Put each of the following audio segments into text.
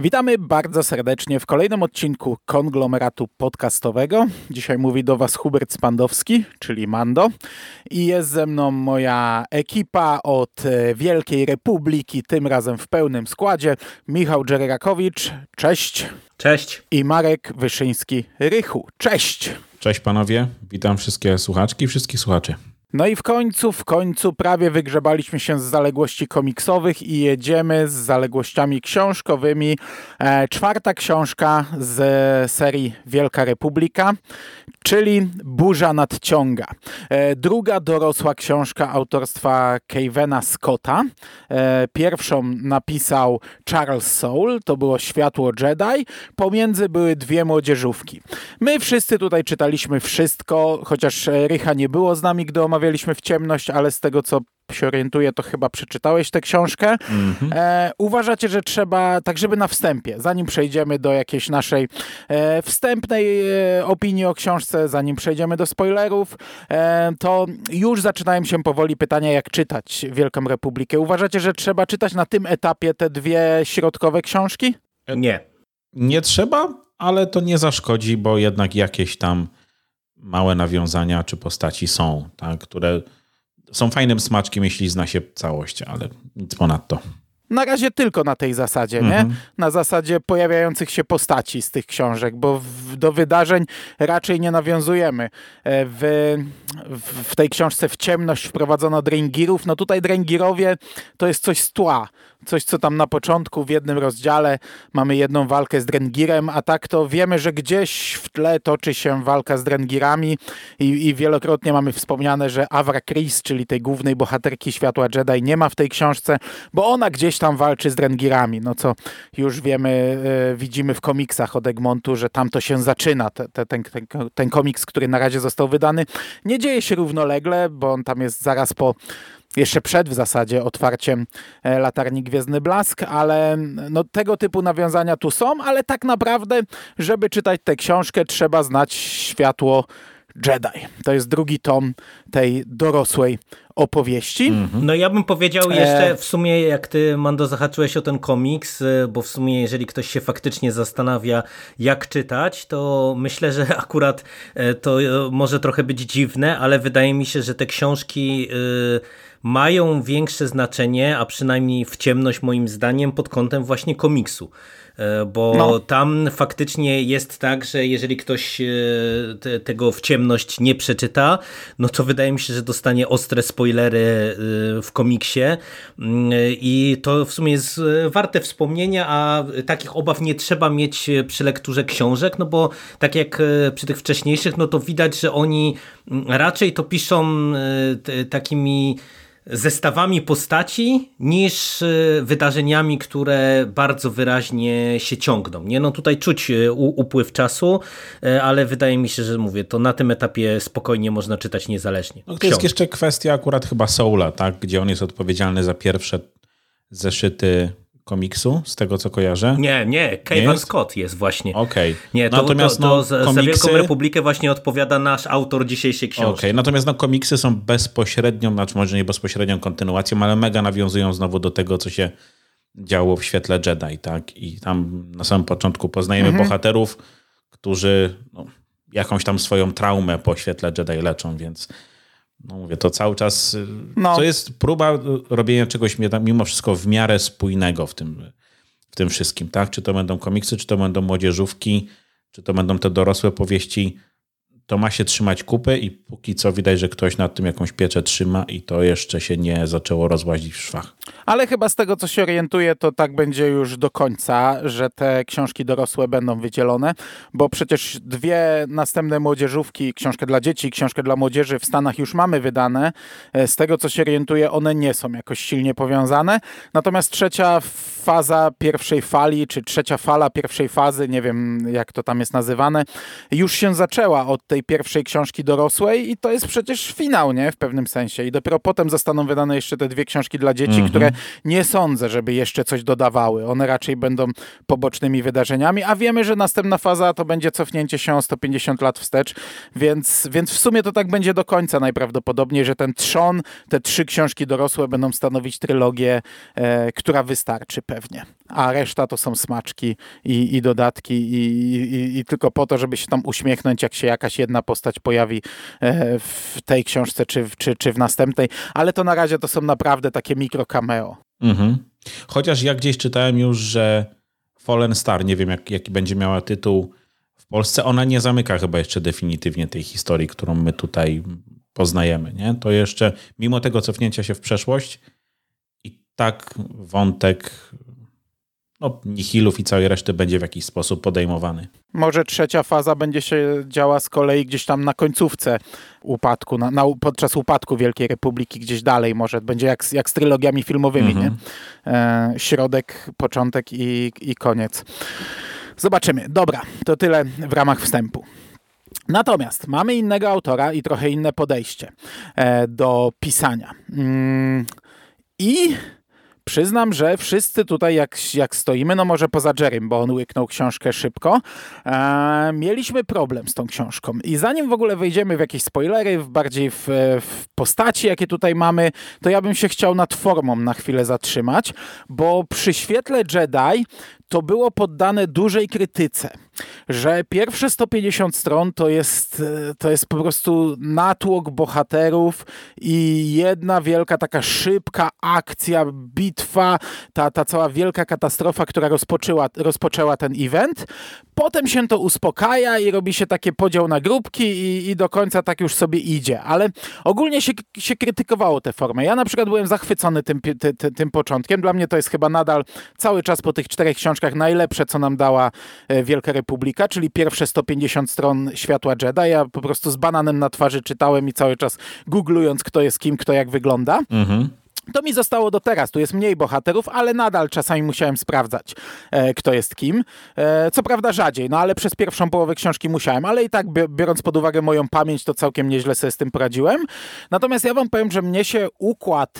Witamy bardzo serdecznie w kolejnym odcinku Konglomeratu Podcastowego. Dzisiaj mówi do Was Hubert Spandowski, czyli Mando. I jest ze mną moja ekipa od Wielkiej Republiki, tym razem w pełnym składzie. Michał Dżererakowicz, cześć. Cześć. I Marek Wyszyński-Rychu, cześć. Cześć panowie, witam wszystkie słuchaczki i wszystkich słuchaczy. No i w końcu prawie wygrzebaliśmy się z zaległości komiksowych i jedziemy z zaległościami książkowymi. Czwarta książka z serii Wielka Republika, czyli Burza nadciąga. Druga dorosła książka autorstwa Kevina Scotta. Pierwszą napisał Charles Soule, to było Światło Jedi. Pomiędzy były dwie młodzieżówki. My wszyscy tutaj czytaliśmy wszystko, chociaż Rycha nie było z nami, gdy omawialiśmy w ciemność, ale z tego, co się orientuję, to chyba przeczytałeś tę książkę. Uważacie, że trzeba, tak żeby na wstępie, zanim przejdziemy do jakiejś naszej wstępnej opinii o książce, zanim przejdziemy do spoilerów, to już zaczynają się powoli pytania, jak czytać Wielką Republikę. Uważacie, że trzeba czytać na tym etapie te dwie środkowe książki? Nie. Nie trzeba, ale to nie zaszkodzi, bo jednak jakieś tam małe nawiązania czy postaci są, tak, które są fajnym smaczkiem, jeśli zna się całość, ale nic ponadto. Na razie tylko na tej zasadzie, nie? Na zasadzie pojawiających się postaci z tych książek, bo do wydarzeń raczej nie nawiązujemy. W tej książce w ciemność wprowadzono Drengirów. No tutaj Drengirowie to jest coś z tła. Coś, co tam na początku w jednym rozdziale mamy jedną walkę z Drengirem, a tak to wiemy, że gdzieś w tle toczy się walka z Drengirami i wielokrotnie mamy wspomniane, że Avra Kryz, czyli tej głównej bohaterki Światła Jedi, nie ma w tej książce, bo ona gdzieś tam walczy z Drengirami, no co już wiemy, widzimy w komiksach od Egmontu, że tam to się zaczyna. Ten komiks, który na razie został wydany, nie dzieje się równolegle, bo on tam jest zaraz jeszcze przed w zasadzie otwarciem Latarni Gwiezdny Blask, ale no, tego typu nawiązania tu są, ale tak naprawdę, żeby czytać tę książkę, trzeba znać Światło Jedi. To jest drugi tom tej dorosłej opowieści. No ja bym powiedział jeszcze w sumie, jak ty, Mando, zahaczyłeś o ten komiks, bo w sumie jeżeli ktoś się faktycznie zastanawia, jak czytać, to myślę, że akurat to może trochę być dziwne, ale wydaje mi się, że te książki mają większe znaczenie, a przynajmniej w ciemność moim zdaniem pod kątem właśnie komiksu. Bo tam faktycznie jest tak, że jeżeli ktoś tego w ciemność nie przeczyta, no to wydaje mi się, że dostanie ostre spoilery w komiksie i to w sumie jest warte wspomnienia, a takich obaw nie trzeba mieć przy lekturze książek, no bo tak jak przy tych wcześniejszych, no to widać, że oni raczej to piszą takimi zestawami postaci niż wydarzeniami, które bardzo wyraźnie się ciągną. Nie? No tutaj czuć upływ czasu, ale wydaje mi się, że mówię, to na tym etapie spokojnie można czytać niezależnie. No, to jest jeszcze kwestia akurat chyba Soula, tak? Gdzie on jest odpowiedzialny za pierwsze zeszyty komiksu, z tego co kojarzę. Nie, Kevin Scott jest właśnie. Okej. Nie, natomiast za Wielką Republikę właśnie odpowiada nasz autor dzisiejszej książki. Okej, natomiast komiksy są bezpośrednią, znaczy może nie bezpośrednią kontynuacją, ale mega nawiązują znowu do tego, co się działo w Świetle Jedi, tak? I tam na samym początku poznajemy bohaterów, którzy jakąś tam swoją traumę po Świetle Jedi leczą, więc no mówię, to cały czas to jest próba robienia czegoś mimo wszystko w miarę spójnego w tym wszystkim, tak? Czy to będą komiksy, czy to będą młodzieżówki, czy to będą te dorosłe powieści. To ma się trzymać kupy i póki co widać, że ktoś nad tym jakąś pieczę trzyma i to jeszcze się nie zaczęło rozłazić w szwach. Ale chyba z tego, co się orientuję, to tak będzie już do końca, że te książki dorosłe będą wydzielone, bo przecież dwie następne młodzieżówki, książkę dla dzieci i książkę dla młodzieży w Stanach już mamy wydane. Z tego, co się orientuję, one nie są jakoś silnie powiązane. Natomiast trzecia faza pierwszej fali, czy trzecia fala pierwszej fazy, nie wiem jak to tam jest nazywane, już się zaczęła od tej pierwszej książki dorosłej i to jest przecież finał, nie? W pewnym sensie. I dopiero potem zostaną wydane jeszcze te dwie książki dla dzieci, które nie sądzę, żeby jeszcze coś dodawały. One raczej będą pobocznymi wydarzeniami, a wiemy, że następna faza to będzie cofnięcie się o 150 lat wstecz, więc w sumie to tak będzie do końca najprawdopodobniej, że ten trzon, te trzy książki dorosłe będą stanowić trylogię, która wystarczy pewnie. a reszta to są smaczki i dodatki i tylko po to, żeby się tam uśmiechnąć, jak się jakaś jedna postać pojawi w tej książce czy w następnej, ale to na razie to są naprawdę takie mikro cameo. Mhm. Chociaż ja gdzieś czytałem już, że Fallen Star, nie wiem jaki będzie miała tytuł w Polsce, ona nie zamyka chyba jeszcze definitywnie tej historii, którą my tutaj poznajemy, nie? To jeszcze, mimo tego cofnięcia się w przeszłość, i tak wątek nihilów i całej reszty będzie w jakiś sposób podejmowany. Może trzecia faza będzie się działa z kolei gdzieś tam na końcówce upadku, podczas upadku Wielkiej Republiki, gdzieś dalej może. Będzie jak z trylogiami filmowymi, nie? Środek, początek i koniec. Zobaczymy. Dobra, to tyle w ramach wstępu. Natomiast mamy innego autora i trochę inne podejście do pisania. I przyznam, że wszyscy tutaj jak stoimy, no może poza Jerrym, bo on łyknął książkę szybko, mieliśmy problem z tą książką. I zanim w ogóle wejdziemy w jakieś spoilery, bardziej w postaci, jakie tutaj mamy, to ja bym się chciał nad formą na chwilę zatrzymać, bo przy świetle Jedi to było poddane dużej krytyce, że pierwsze 150 stron to jest po prostu natłok bohaterów i jedna wielka taka szybka akcja, bitwa, ta cała wielka katastrofa, która rozpoczęła ten event. Potem się to uspokaja i robi się taki podział na grupki i do końca tak już sobie idzie. Ale ogólnie się krytykowało tę formę. Ja na przykład byłem zachwycony tym początkiem. Dla mnie to jest chyba nadal cały czas po tych 4 książkach najlepsze, co nam dała Wielka Republika, czyli pierwsze 150 stron Światła Jedi. Ja po prostu z bananem na twarzy czytałem i cały czas googlując, kto jest kim, kto jak wygląda. To mi zostało do teraz. Tu jest mniej bohaterów, ale nadal czasami musiałem sprawdzać, kto jest kim. Co prawda rzadziej, no ale przez pierwszą połowę książki musiałem, ale i tak biorąc pod uwagę moją pamięć, to całkiem nieźle sobie z tym poradziłem. Natomiast ja wam powiem, że mnie się układ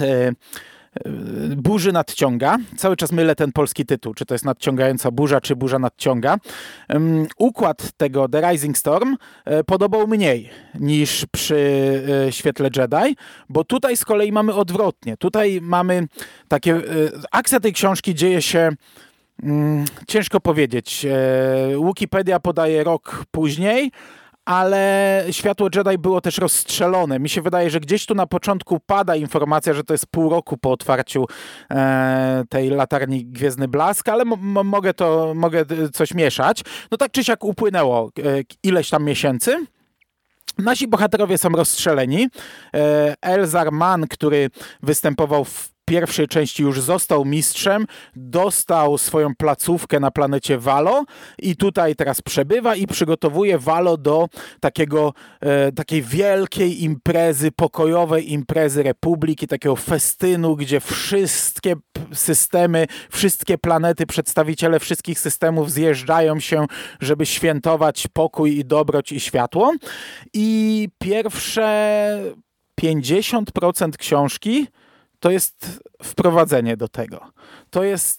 burzy nadciąga. Cały czas mylę ten polski tytuł, czy to jest nadciągająca burza, czy burza nadciąga. Układ tego The Rising Storm podobał mniej niż przy Świetle Jedi, bo tutaj z kolei mamy odwrotnie. Tutaj mamy takie... Akcja tej książki dzieje się ciężko powiedzieć. Wikipedia podaje rok później, ale Światło Jedi było też rozstrzelone. Mi się wydaje, że gdzieś tu na początku pada informacja, że to jest pół roku po otwarciu tej latarni Gwiezdny Blask, ale mogę coś mieszać. No tak czy siak upłynęło ileś tam miesięcy. Nasi bohaterowie są rozstrzeleni. Elzar Mann, który występował w pierwszej części, już został mistrzem, dostał swoją placówkę na planecie Valo i tutaj teraz przebywa i przygotowuje Valo do takiej wielkiej imprezy, pokojowej imprezy Republiki, takiego festynu, gdzie wszystkie systemy, wszystkie planety, przedstawiciele wszystkich systemów zjeżdżają się, żeby świętować pokój i dobroć i światło. I pierwsze 50% książki to jest wprowadzenie do tego. To jest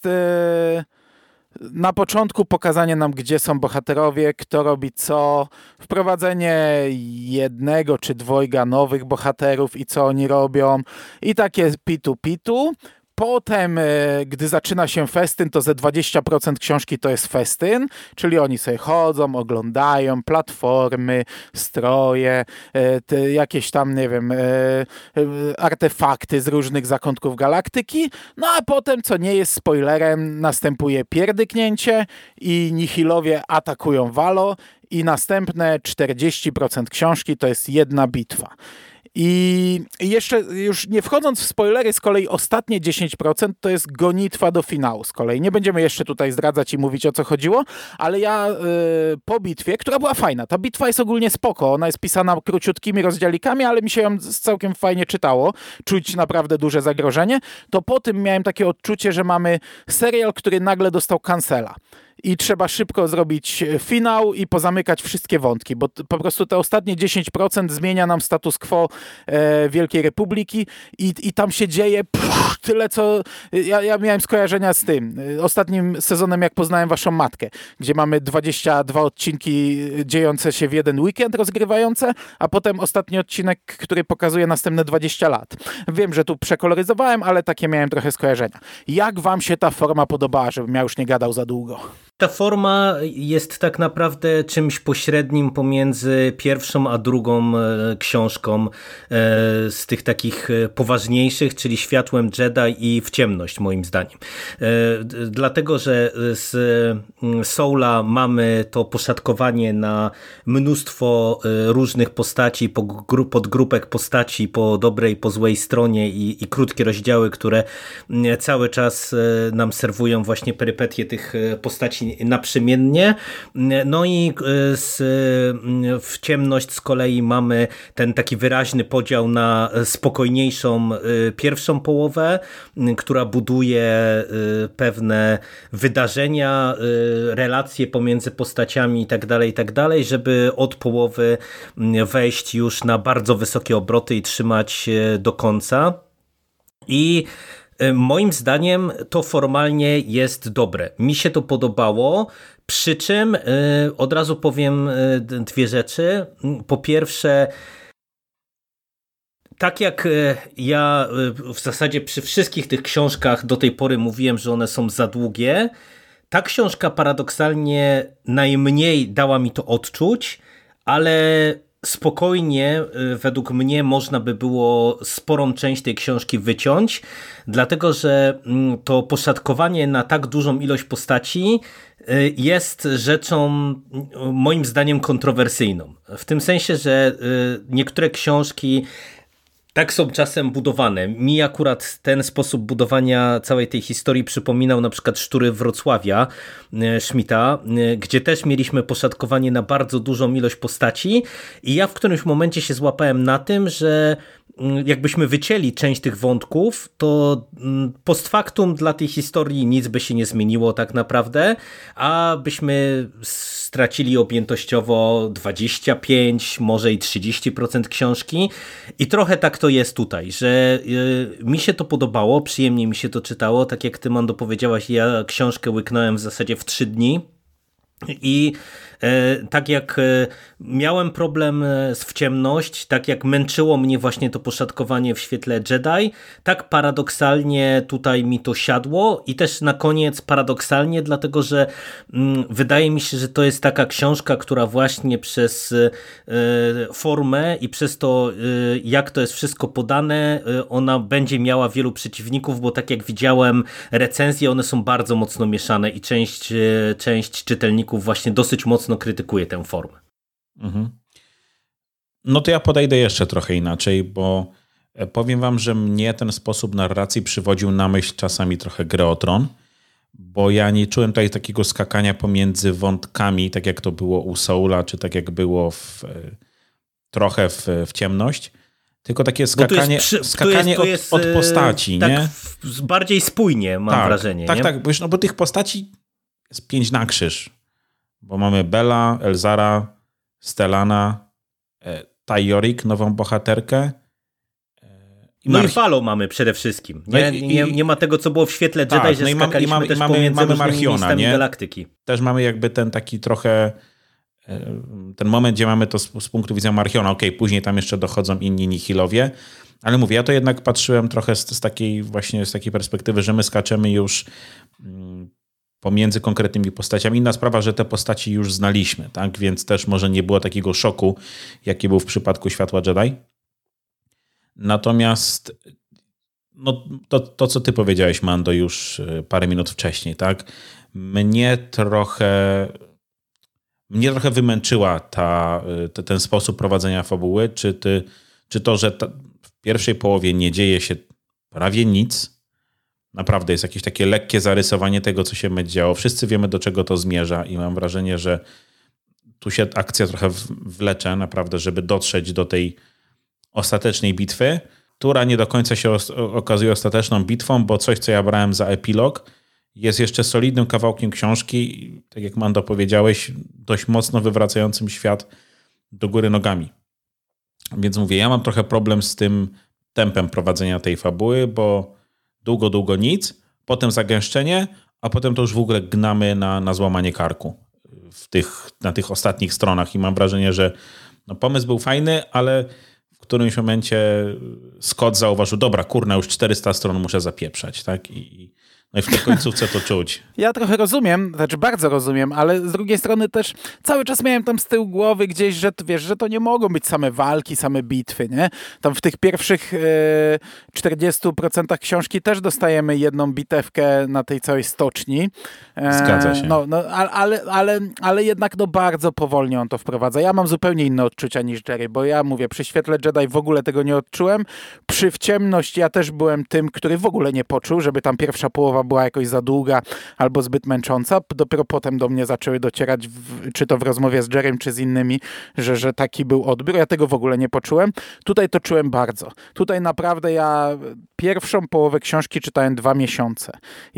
na początku pokazanie nam, gdzie są bohaterowie, kto robi co, wprowadzenie 1 czy 2 nowych bohaterów i co oni robią i takie pitu. Potem, gdy zaczyna się festyn, to ze 20% książki to jest festyn, czyli oni sobie chodzą, oglądają platformy, stroje, jakieś tam, nie wiem, artefakty z różnych zakątków galaktyki. No a potem, co nie jest spoilerem, następuje pierdyknięcie i nihilowie atakują Valo i następne 40% książki to jest jedna bitwa. I jeszcze, już nie wchodząc w spoilery, z kolei ostatnie 10% to jest gonitwa do finału z kolei. Nie będziemy jeszcze tutaj zdradzać i mówić, o co chodziło, ale ja po bitwie, która była fajna, ta bitwa jest ogólnie spoko, ona jest pisana króciutkimi rozdziałikami, ale mi się ją całkiem fajnie czytało, czuć naprawdę duże zagrożenie, to po tym miałem takie odczucie, że mamy serial, który nagle dostał cancela. i trzeba szybko zrobić finał i pozamykać wszystkie wątki, bo po prostu te ostatnie 10% zmienia nam status quo Wielkiej Republiki i tam się dzieje tyle, co... Ja miałem skojarzenia z tym ostatnim sezonem, jak poznałem waszą matkę, gdzie mamy 22 odcinki dziejące się w jeden weekend, rozgrywające, a potem ostatni odcinek, który pokazuje następne 20 lat. Wiem, że tu przekoloryzowałem, ale takie miałem trochę skojarzenia. Jak wam się ta forma podobała, żebym ja już nie gadał za długo? Ta forma jest tak naprawdę czymś pośrednim pomiędzy pierwszą a drugą książką z tych takich poważniejszych, czyli Światłem Jedi i W ciemność, moim zdaniem. Dlatego, że z Soula mamy to poszatkowanie na mnóstwo różnych postaci, podgrupek postaci po dobrej i po złej stronie i krótkie rozdziały, które cały czas nam serwują właśnie perypetie tych postaci naprzemiennie. No i w ciemność z kolei mamy ten taki wyraźny podział na spokojniejszą pierwszą połowę, która buduje pewne wydarzenia, relacje pomiędzy postaciami i tak dalej, żeby od połowy wejść już na bardzo wysokie obroty i trzymać do końca. I moim zdaniem to formalnie jest dobre. Mi się to podobało, przy czym od razu powiem dwie rzeczy. Po pierwsze, tak jak ja w zasadzie przy wszystkich tych książkach do tej pory mówiłem, że one są za długie, ta książka paradoksalnie najmniej dała mi to odczuć, ale spokojnie według mnie można by było sporą część tej książki wyciąć, dlatego że to poszatkowanie na tak dużą ilość postaci jest rzeczą moim zdaniem kontrowersyjną. W tym sensie, że niektóre książki tak są czasem budowane. Mi akurat ten sposób budowania całej tej historii przypominał na przykład Sztury Wrocławia Schmidta, gdzie też mieliśmy poszatkowanie na bardzo dużą ilość postaci i ja w którymś momencie się złapałem na tym, że jakbyśmy wycięli część tych wątków, to post factum dla tej historii nic by się nie zmieniło tak naprawdę, a byśmy stracili objętościowo 25, może i 30% książki i trochę tak to jest tutaj, że mi się to podobało, przyjemnie mi się to czytało, tak jak ty, Mando, powiedziałaś, ja książkę łyknąłem w zasadzie w 3 dni i tak jak miałem problem z W ciemność, tak jak męczyło mnie właśnie to poszatkowanie w Świetle Jedi, tak paradoksalnie tutaj mi to siadło i też na koniec paradoksalnie, dlatego że wydaje mi się, że to jest taka książka, która właśnie przez formę i przez to, jak to jest wszystko podane, ona będzie miała wielu przeciwników, bo tak jak widziałem recenzje, one są bardzo mocno mieszane i część czytelników właśnie dosyć mocno krytykuje tę formę. Mhm. No to ja podejdę jeszcze trochę inaczej, bo powiem wam, że mnie ten sposób narracji przywodził na myśl czasami trochę Grę o Tron, bo ja nie czułem tutaj takiego skakania pomiędzy wątkami, tak jak to było u Soula, czy tak jak było trochę w ciemność, tylko takie skakanie, od postaci. Tak nie? Bardziej spójnie mam wrażenie. Tak, nie? tak, bo tych postaci jest 5 na krzyż. Bo mamy Bella, Elzara, Stellana, Tayorik, nową bohaterkę. No i Falo mamy przede wszystkim. Nie ma tego, co było w Świetle Jedi, tak, że no skakaliśmy też pomiędzy Marchiona, nie? galaktyki. Też mamy jakby ten taki trochę ten moment, gdzie mamy to z punktu widzenia Marchiona. Okej, później tam jeszcze dochodzą inni Nihilowie, ale mówię, ja to jednak patrzyłem trochę z takiej perspektywy, że my skaczemy już pomiędzy konkretnymi postaciami. Inna sprawa, że te postaci już znaliśmy, tak? Więc też może nie było takiego szoku, jaki był w przypadku Światła Jedi. Natomiast no, to co ty powiedziałeś, Mando, już parę minut wcześniej, tak? Mnie trochę wymęczyła ten sposób prowadzenia fabuły, czy to, że w pierwszej połowie nie dzieje się prawie nic. Naprawdę jest jakieś takie lekkie zarysowanie tego, co się będzie działo. Wszyscy wiemy, do czego to zmierza i mam wrażenie, że tu się akcja trochę wlecze naprawdę, żeby dotrzeć do tej ostatecznej bitwy, która nie do końca się okazuje ostateczną bitwą, bo coś, co ja brałem za epilog, jest jeszcze solidnym kawałkiem książki, tak jak Mando powiedziałeś, dość mocno wywracającym świat do góry nogami. Więc mówię, ja mam trochę problem z tym tempem prowadzenia tej fabuły, bo długo nic, potem zagęszczenie, a potem to już w ogóle gnamy na złamanie karku na tych ostatnich stronach i mam wrażenie, że pomysł był fajny, ale w którymś momencie Scott zauważył, dobra, kurna, już 400 stron muszę zapieprzać, tak? No i w tej końcówce to czuć. Ja trochę rozumiem, znaczy bardzo rozumiem, ale z drugiej strony też cały czas miałem tam z tyłu głowy gdzieś, że wiesz, że to nie mogą być same walki, same bitwy, nie? Tam w tych pierwszych 40% książki też dostajemy jedną bitewkę na tej całej stoczni. Zgadza się. Ale jednak bardzo powolnie on to wprowadza. Ja mam zupełnie inne odczucia niż Jerry, bo ja mówię, przy Świetle Jedi w ogóle tego nie odczułem. Przy W ciemność ja też byłem tym, który w ogóle nie poczuł, żeby tam pierwsza połowa była jakoś za długa albo zbyt męcząca. Dopiero potem do mnie zaczęły docierać, czy to w rozmowie z Jerrym, czy z innymi, że taki był odbiór. Ja tego w ogóle nie poczułem. Tutaj to czułem bardzo. Tutaj naprawdę ja pierwszą połowę książki czytałem 2 miesiące.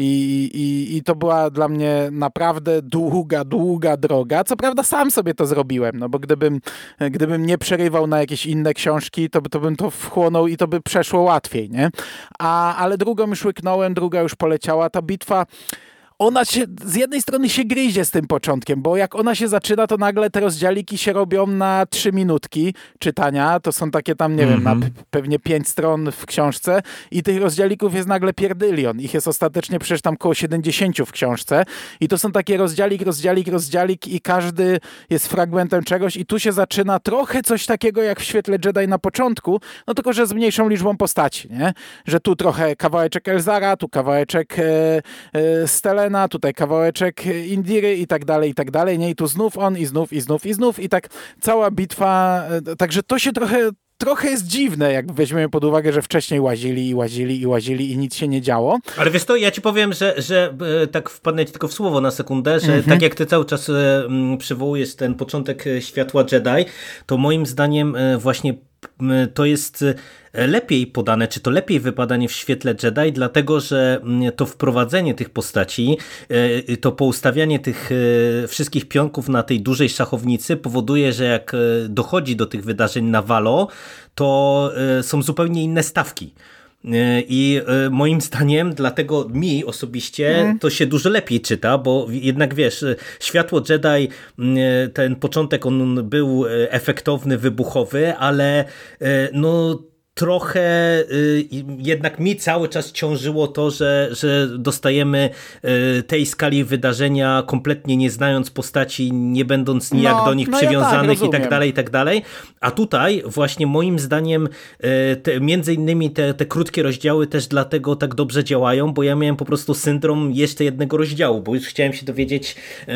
I to była dla mnie naprawdę długa droga. Co prawda sam sobie to zrobiłem, no bo gdybym nie przerywał na jakieś inne książki, to bym to wchłonął i to by przeszło łatwiej, nie? Ale drugą już łyknąłem, druga już poleciała. Ta bitwa, ona się z jednej strony się gryzie z tym początkiem, bo jak ona się zaczyna, to nagle te rozdziałiki się robią na 3 minutki czytania. To są takie tam, nie wiem, na pewnie 5 stron w książce i tych rozdziałików jest nagle pierdylion. Ich jest ostatecznie przecież tam koło 70 w książce i to są takie rozdziałik i każdy jest fragmentem czegoś i tu się zaczyna trochę coś takiego jak w Świetle Jedi na początku, no tylko, że z mniejszą liczbą postaci, nie? Że tu trochę kawałeczek Elzara, tu kawałeczek Stellena, tutaj kawałeczek Indiry i tak dalej, nie? I tu znów on i znów i tak cała bitwa, także to się trochę jest dziwne, jak weźmiemy pod uwagę, że wcześniej łazili i nic się nie działo. Ale wiesz to, ja ci powiem, że tak wpadnę ci tylko w słowo na sekundę, że tak jak ty cały czas przywołujesz ten początek Światła Jedi, to moim zdaniem właśnie to jest lepiej podane, czy to lepiej wypadanie w Świetle Jedi, dlatego, że to wprowadzenie tych postaci, to poustawianie tych wszystkich pionków na tej dużej szachownicy powoduje, że jak dochodzi do tych wydarzeń na Valo, to są zupełnie inne stawki. I moim zdaniem, dlatego mi osobiście to się dużo lepiej czyta, bo jednak wiesz, Światło Jedi, ten początek on był efektowny, wybuchowy, ale no trochę jednak mi cały czas ciążyło to, że dostajemy tej skali wydarzenia kompletnie nie znając postaci, nie będąc nijak do nich przywiązanych i tak dalej. A tutaj właśnie moim zdaniem między innymi te krótkie rozdziały też dlatego tak dobrze działają, bo ja miałem po prostu syndrom jeszcze jednego rozdziału, bo już chciałem się dowiedzieć,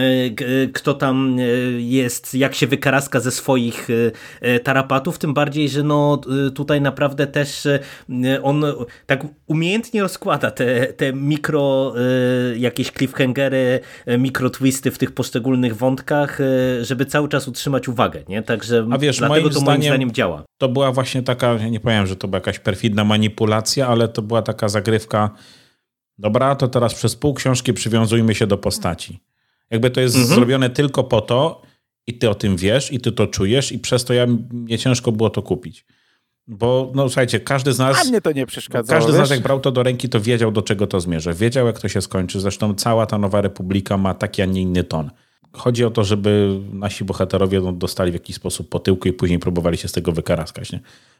kto tam jest, jak się wykaraska ze swoich tarapatów, tym bardziej, że no tutaj naprawdę też on tak umiejętnie rozkłada te mikro jakieś cliffhangery, mikro twisty w tych poszczególnych wątkach, żeby cały czas utrzymać uwagę, nie? Także dlatego to moim zdaniem działa. To była właśnie taka, ja nie powiem, że to była jakaś perfidna manipulacja, ale to była taka zagrywka, dobra, to teraz przez pół książki przywiązujmy się do postaci. Jakby to jest zrobione tylko po to i ty o tym wiesz i ty to czujesz i przez to mnie ciężko było to kupić. Bo, no słuchajcie, każdy z nas... A mnie to nie przeszkadzało. Każdy z nas, jak brał to do ręki, to wiedział, do czego to zmierza. Wiedział, jak to się skończy. Zresztą cała ta Nowa Republika ma taki, a nie inny ton. Chodzi o to, żeby nasi bohaterowie dostali w jakiś sposób po tyłku i później próbowali się z tego wykaraskać, nie?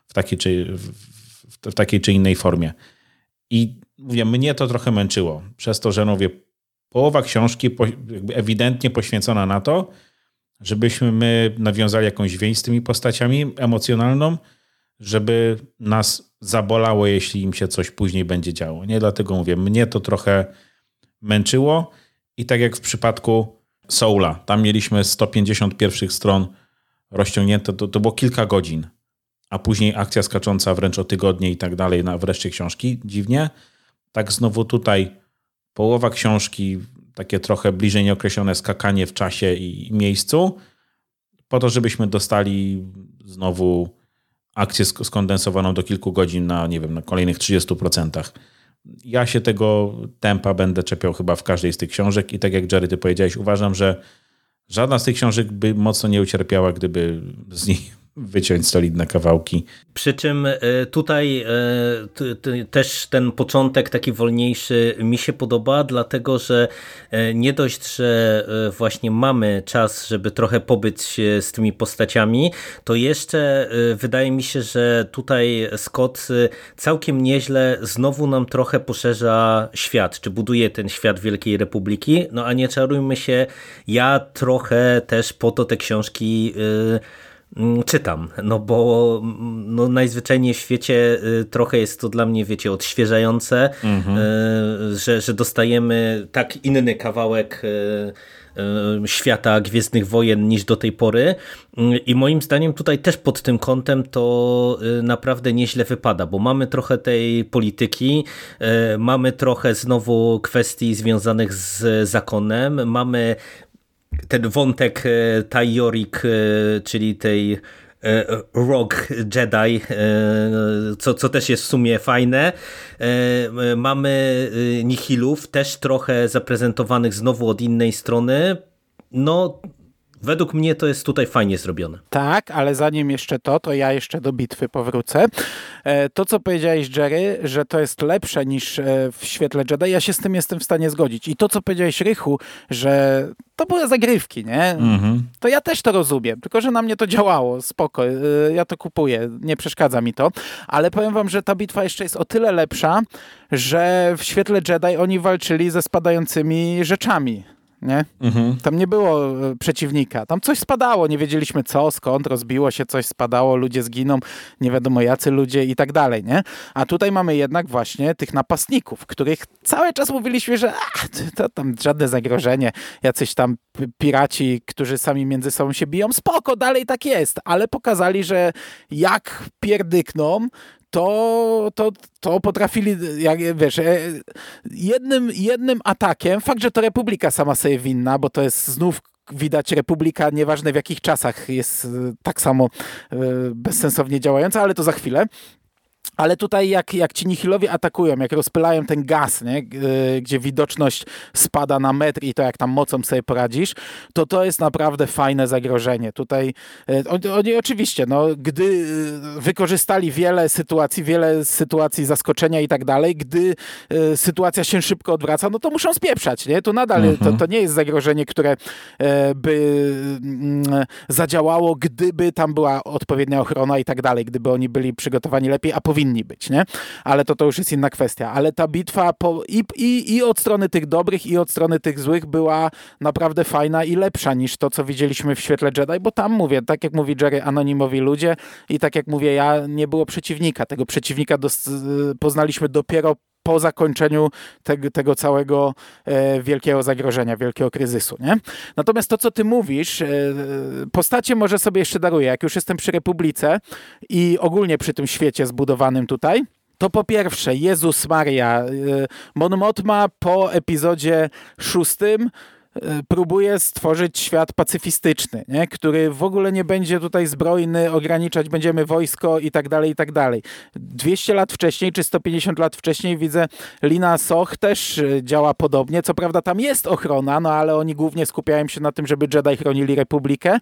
W takiej czy innej formie. I mówię, mnie to trochę męczyło. Przez to, że mówię, połowa książki jakby ewidentnie poświęcona na to, żebyśmy my nawiązali jakąś więź z tymi postaciami emocjonalną, żeby nas zabolało, jeśli im się coś później będzie działo. Nie, dlatego mówię, mnie to trochę męczyło i tak jak w przypadku Soula, tam mieliśmy 151 stron rozciągnięte, to było kilka godzin, a później akcja skacząca wręcz o tygodnie i tak dalej na wreszcie książki. Dziwnie. Tak znowu tutaj połowa książki, takie trochę bliżej nieokreślone skakanie w czasie i miejscu, po to, żebyśmy dostali znowu akcję skondensowaną do kilku godzin na, nie wiem, na kolejnych 30%. Ja się tego tempa będę czepiał chyba w każdej z tych książek i tak jak Jerry, ty powiedziałeś, uważam, że żadna z tych książek by mocno nie ucierpiała, gdyby z nich wyciąć solidne kawałki. Przy czym tutaj też ten początek taki wolniejszy mi się podoba, dlatego że nie dość, że właśnie mamy czas, żeby trochę pobyć z tymi postaciami, to jeszcze wydaje mi się, że tutaj Scott całkiem nieźle znowu nam trochę poszerza świat, czy buduje ten świat Wielkiej Republiki, no a nie czarujmy się, ja trochę też po to te książki czytam, no bo no najzwyczajniej w świecie trochę jest to dla mnie, wiecie, odświeżające, że dostajemy tak inny kawałek świata Gwiezdnych Wojen niż do tej pory i moim zdaniem tutaj też pod tym kątem to naprawdę nieźle wypada, bo mamy trochę tej polityki, mamy trochę znowu kwestii związanych z zakonem, mamy ten wątek Тай Yorrick, czyli tej Rogue Jedi, co też jest w sumie fajne. Mamy Nihilów, też trochę zaprezentowanych znowu od innej strony. No, według mnie to jest tutaj fajnie zrobione. Tak, ale zanim jeszcze to ja jeszcze do bitwy powrócę. To, co powiedziałeś, Jerry, że to jest lepsze niż w świetle Jedi, ja się z tym jestem w stanie zgodzić. I to, co powiedziałeś, Rychu, że to były zagrywki, nie? To ja też to rozumiem, tylko że na mnie to działało, spoko, ja to kupuję, nie przeszkadza mi to, ale powiem wam, że ta bitwa jeszcze jest o tyle lepsza, że w świetle Jedi oni walczyli ze spadającymi rzeczami. Nie? Tam nie było przeciwnika. Tam coś spadało, nie wiedzieliśmy co, skąd, rozbiło się, coś spadało, ludzie zginą, nie wiadomo jacy ludzie i tak dalej, nie? A tutaj mamy jednak właśnie tych napastników, których cały czas mówiliśmy, że to tam żadne zagrożenie, jacyś tam piraci, którzy sami między sobą się biją, spoko, dalej tak jest, ale pokazali, że jak pierdykną, to potrafili, jak wiesz, jednym atakiem, fakt, że to Republika sama sobie winna, bo to jest znów widać Republika, nieważne w jakich czasach jest tak samo bezsensownie działająca, ale to za chwilę. Ale tutaj jak ci Nihilowie atakują, jak rozpylają ten gaz, nie? Gdzie widoczność spada na metr i to jak tam mocą sobie poradzisz, to jest naprawdę fajne zagrożenie. Tutaj oni oczywiście, no, gdy wykorzystali wiele sytuacji zaskoczenia i tak dalej, gdy sytuacja się szybko odwraca, no to muszą spieprzać, nie? Tu nadal to nie jest zagrożenie, które by zadziałało, gdyby tam była odpowiednia ochrona i tak dalej, gdyby oni byli przygotowani lepiej, a powinni być, nie? Ale to już jest inna kwestia. Ale ta bitwa i od strony tych dobrych, i od strony tych złych była naprawdę fajna i lepsza niż to, co widzieliśmy w świetle Jedi, bo tam mówię, tak jak mówi Jerry, anonimowi ludzie i tak jak mówię ja, nie było przeciwnika. Tego przeciwnika poznaliśmy dopiero po zakończeniu tego całego wielkiego zagrożenia, wielkiego kryzysu, nie? Natomiast to, co ty mówisz, postacie może sobie jeszcze daruję. Jak już jestem przy Republice i ogólnie przy tym świecie zbudowanym tutaj, to po pierwsze, Jezus Maria, Mon Mothma po epizodzie 6 próbuje stworzyć świat pacyfistyczny, nie? Który w ogóle nie będzie tutaj zbrojny, ograniczać będziemy wojsko i tak dalej, i tak dalej. 200 lat wcześniej, czy 150 lat wcześniej widzę Lina Soch też działa podobnie. Co prawda tam jest ochrona, no ale oni głównie skupiają się na tym, żeby Jedi chronili Republikę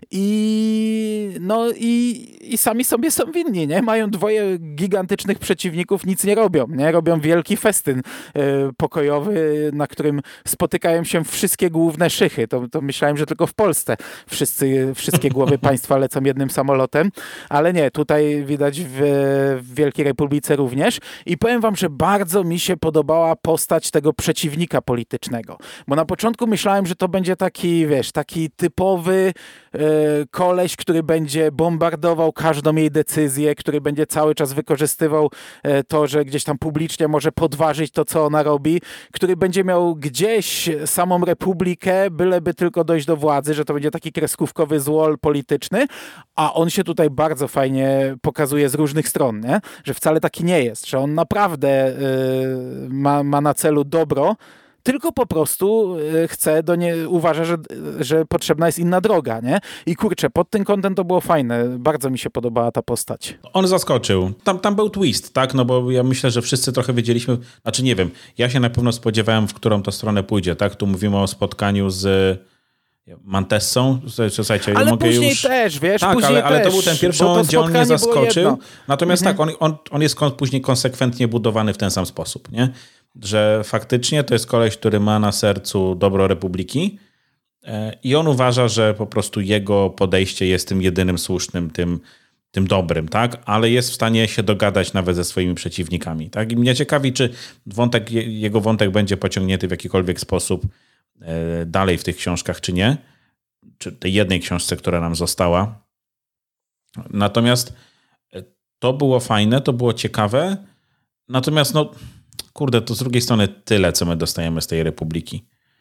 i sami sobie są winni, nie? Mają dwoje gigantycznych przeciwników, nic nie robią, nie? Robią wielki festyn pokojowy, na którym spotykają się wszystkie główne szychy. To myślałem, że tylko w Polsce wszystkie głowy państwa lecą jednym samolotem, ale nie, tutaj widać w Wielkiej Republice również. I powiem wam, że bardzo mi się podobała postać tego przeciwnika politycznego, bo na początku myślałem, że to będzie taki, wiesz, taki typowy koleś, który będzie bombardował każdą jej decyzję, który będzie cały czas wykorzystywał to, że gdzieś tam publicznie może podważyć to, co ona robi, który będzie miał gdzieś samą Republikę, byleby tylko dojść do władzy, że to będzie taki kreskówkowy złol polityczny, a on się tutaj bardzo fajnie pokazuje z różnych stron, nie? Że wcale taki nie jest, że on naprawdę ma na celu dobro, tylko po prostu uważa, że potrzebna jest inna droga, nie? I kurczę, pod tym kątem to było fajne. Bardzo mi się podobała ta postać. On zaskoczył. Tam był twist, tak? No bo ja myślę, że wszyscy trochę wiedzieliśmy, znaczy nie wiem, ja się na pewno spodziewałem, w którą to stronę pójdzie, tak? Tu mówimy o spotkaniu z Mantessą. Słuchajcie, ale mogę później już... też, wiesz, tak, później ale też, to był ten pierwszy moment, gdzie on mnie zaskoczył. Natomiast tak, on jest później konsekwentnie budowany w ten sam sposób, nie? Że faktycznie to jest koleś, który ma na sercu dobro Republiki i on uważa, że po prostu jego podejście jest tym jedynym słusznym, tym dobrym, tak? Ale jest w stanie się dogadać nawet ze swoimi przeciwnikami, tak? I mnie ciekawi, czy jego wątek będzie pociągnięty w jakikolwiek sposób dalej w tych książkach, czy nie. Czy tej jednej książce, która nam została. Natomiast to było fajne, to było ciekawe. Natomiast kurde, to z drugiej strony tyle, co my dostajemy z tej Republiki.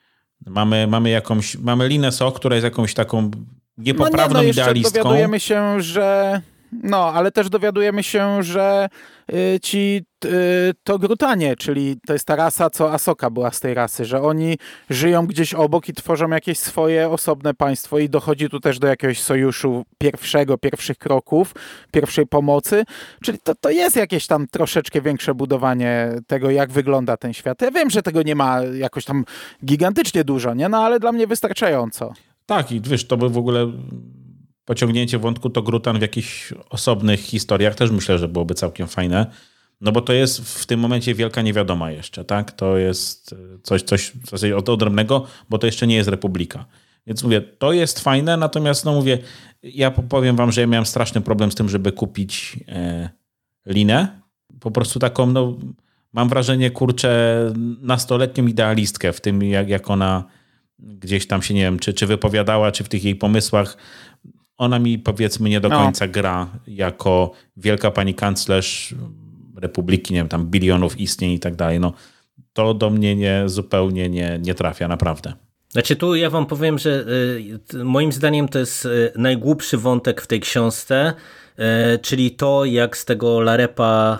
Mamy Linę Soch, która jest jakąś taką niepoprawną idealistką. Dowiadujemy się, że ale też dowiadujemy się, że to Grutanie, czyli to jest ta rasa, co Asoka była z tej rasy, że oni żyją gdzieś obok i tworzą jakieś swoje osobne państwo i dochodzi tu też do jakiegoś sojuszu pierwszych kroków, pierwszej pomocy, czyli to jest jakieś tam troszeczkę większe budowanie tego, jak wygląda ten świat. Ja wiem, że tego nie ma jakoś tam gigantycznie dużo, nie? Ale dla mnie wystarczająco. Tak, i wiesz, to by w ogóle pociągnięcie wątku to Grutan w jakichś osobnych historiach też myślę, że byłoby całkiem fajne. No bo to jest w tym momencie wielka niewiadoma jeszcze, tak? To jest coś odrębnego, bo to jeszcze nie jest Republika. Więc mówię, to jest fajne, natomiast mówię, ja powiem wam, że ja miałem straszny problem z tym, żeby kupić Linę. Po prostu taką, mam wrażenie, kurczę, nastoletnią idealistkę w tym, jak ona gdzieś tam się, nie wiem, czy wypowiadała, czy w tych jej pomysłach. Ona mi, powiedzmy, nie do końca gra jako wielka pani kanclerz Republiki, nie wiem, tam bilionów istnień i tak dalej. To do mnie zupełnie nie trafia, naprawdę. Znaczy tu ja wam powiem, że moim zdaniem to jest najgłupszy wątek w tej książce, czyli to, jak z tego Larepa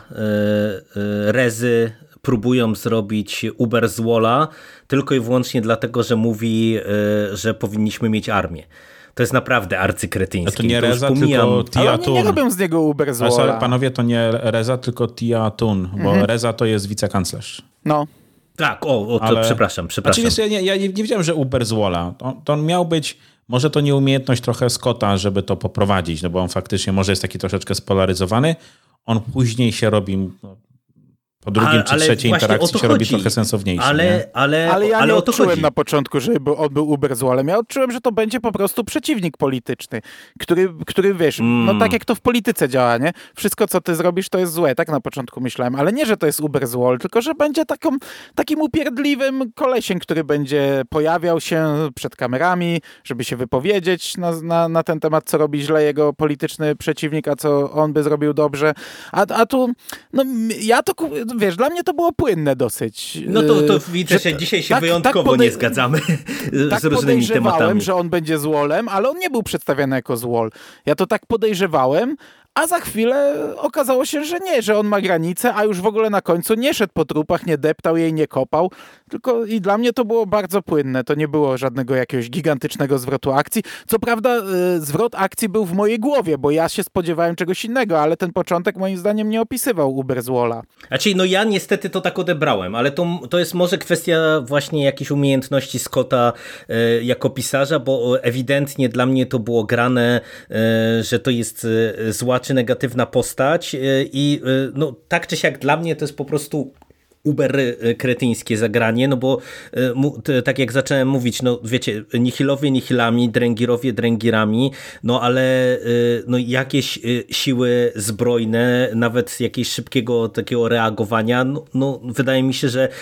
Rezy próbują zrobić Uber z Walla tylko i wyłącznie dlatego, że mówi, że powinniśmy mieć armię. To jest naprawdę arcykretyńskie. To nie Reza, tylko Tia Tun. Nie robią z niego Uber z Walla. Ale panowie, to nie Reza, tylko Tia Tun, bo Reza to jest wicekanclerz. Tak, to przepraszam. Znaczy, ja nie wiedziałem, że Uber z Walla. To on miał być, może to nieumiejętność trochę Scotta, żeby to poprowadzić, bo on faktycznie może jest taki troszeczkę spolaryzowany. On później się robi... Po drugim czy trzeciej interakcji się robi trochę sensowniejszy. Ale ja nie odczułem na początku, że on był Uber z Wallem. Ja odczułem, że to będzie po prostu przeciwnik polityczny, który wiesz, tak jak to w polityce działa, nie? Wszystko, co ty zrobisz, to jest złe. Tak na początku myślałem. Ale nie, że to jest Uber z Wall, tylko że będzie takim upierdliwym kolesiem, który będzie pojawiał się przed kamerami, żeby się wypowiedzieć na ten temat, co robi źle jego polityczny przeciwnik, a co on by zrobił dobrze. A tu, ja to... Wiesz, dla mnie to było płynne dosyć. To widzę, że dzisiaj się wyjątkowo nie zgadzamy z różnymi tematami. Że on będzie z Wallem, ale on nie był przedstawiany jako z Wall. Ja to tak podejrzewałem, a za chwilę okazało się, że nie, że on ma granicę, a już w ogóle na końcu nie szedł po trupach, nie deptał jej, nie kopał, tylko i dla mnie to było bardzo płynne. To nie było żadnego jakiegoś gigantycznego zwrotu akcji. Co prawda zwrot akcji był w mojej głowie, bo ja się spodziewałem czegoś innego, ale ten początek moim zdaniem nie opisywał Uber z Walla. Znaczy, ja niestety to tak odebrałem, ale to jest może kwestia właśnie jakiejś umiejętności Scotta jako pisarza, bo ewidentnie dla mnie to było grane, że to jest zła czy negatywna postać i tak czy siak dla mnie to jest po prostu kretyńskie zagranie, bo tak jak zacząłem mówić, wiecie, nihilowie nihilami, dręgirowie dręgirami, ale jakieś siły zbrojne, nawet jakiegoś szybkiego takiego reagowania, wydaje mi się, że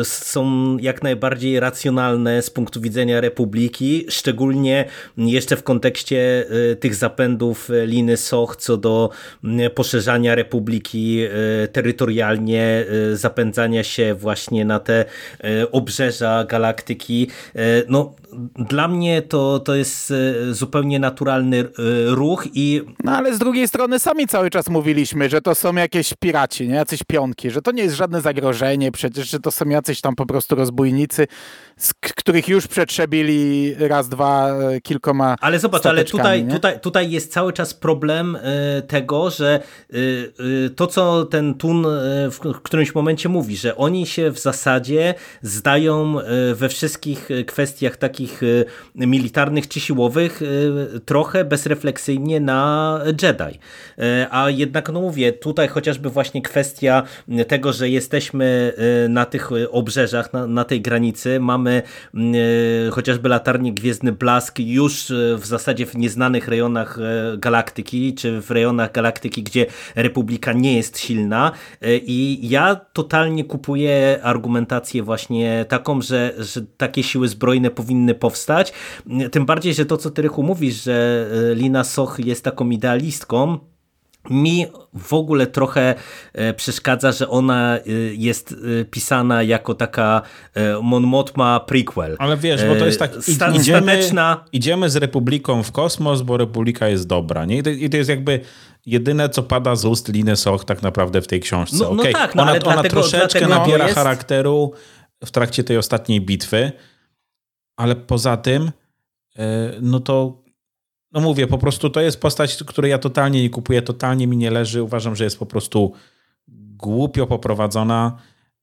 są jak najbardziej racjonalne z punktu widzenia Republiki, szczególnie jeszcze w kontekście tych zapędów Liny Soch co do poszerzania Republiki terytorialnie, zapędzania dostania się właśnie na te obrzeża galaktyki. No, dla mnie to jest zupełnie naturalny ruch i... No ale z drugiej strony sami cały czas mówiliśmy, że to są jakieś piraci, nie? Jacyś pionki, że to nie jest żadne zagrożenie przecież, że to są jacyś tam po prostu rozbójnicy, z których już przetrzebili raz, dwa, kilkoma Ale zobacz, ale tutaj jest cały czas problem tego, że to, co ten Tun w którymś momencie mówi, że oni się w zasadzie zdają we wszystkich kwestiach takich militarnych czy siłowych trochę bezrefleksyjnie na Jedi. A jednak, no mówię, tutaj chociażby właśnie kwestia tego, że jesteśmy na tych obrzeżach, na tej granicy, mamy chociażby latarnię Gwiezdny Blask już w zasadzie w nieznanych rejonach galaktyki, czy w rejonach galaktyki, gdzie Republika nie jest silna i ja totalnie kupuję argumentację właśnie taką, że takie siły zbrojne powinny powstać, tym bardziej, że to, co ty, Rychu, mówisz, że Lina Soch jest taką idealistką, mi w ogóle trochę przeszkadza, że ona jest pisana jako taka Mon Mothma prequel. Ale wiesz, bo to jest tak, idziemy z Republiką w kosmos, bo Republika jest dobra. Nie? I to jest jakby jedyne, co pada z ust Liny Soch tak naprawdę w tej książce. No tak, ona dlatego, troszeczkę nabiera charakteru w trakcie tej ostatniej bitwy, ale poza tym no to no mówię, po prostu to jest postać, której ja totalnie nie kupuję, totalnie mi nie leży. Uważam, że jest po prostu głupio poprowadzona.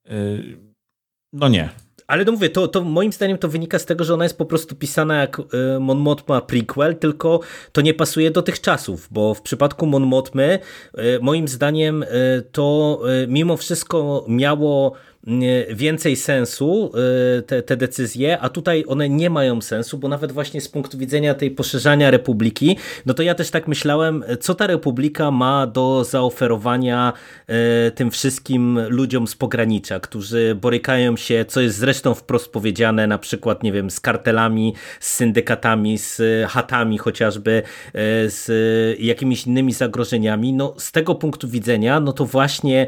No nie. Ale no mówię, to moim zdaniem to wynika z tego, że ona jest po prostu pisana jak Mon Mothma prequel, tylko to nie pasuje do tych czasów, bo w przypadku Mon Mothmy moim zdaniem to mimo wszystko miało więcej sensu te decyzje, a tutaj one nie mają sensu, bo nawet właśnie z punktu widzenia tej poszerzania Republiki, no to ja też tak myślałem, co ta Republika ma do zaoferowania tym wszystkim ludziom z pogranicza, którzy borykają się, co jest zresztą wprost powiedziane, na przykład, nie wiem, z kartelami, z syndykatami, z chatami chociażby, z jakimiś innymi zagrożeniami. No z tego punktu widzenia, no to właśnie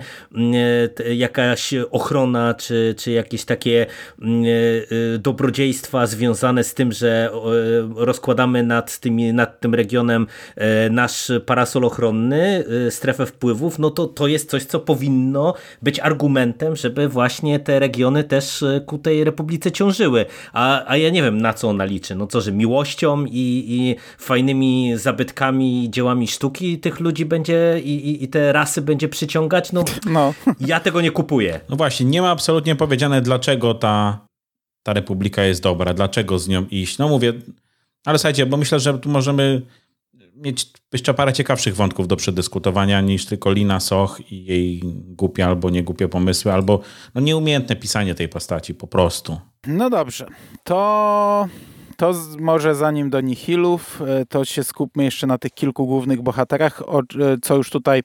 jakaś ochrona czy jakieś takie dobrodziejstwa związane z tym, że rozkładamy nad tym regionem nasz parasol ochronny, strefę wpływów, no to jest coś, co powinno być argumentem, żeby właśnie te regiony też ku tej Republice ciążyły. A ja nie wiem, na co ona liczy. No co, że miłością i fajnymi zabytkami, dziełami sztuki tych ludzi będzie i te rasy będzie przyciągać? No. Ja tego nie kupuję. No właśnie, nie ma absolutnie powiedziane, dlaczego ta Republika jest dobra, dlaczego z nią iść. No mówię, ale słuchajcie, bo myślę, że tu możemy mieć jeszcze parę ciekawszych wątków do przedyskutowania niż tylko Lina Soch i jej głupie albo niegłupie pomysły, albo no nieumiejętne pisanie tej postaci po prostu. No dobrze, to może zanim do Nihilów, to się skupmy jeszcze na tych kilku głównych bohaterach, co już tutaj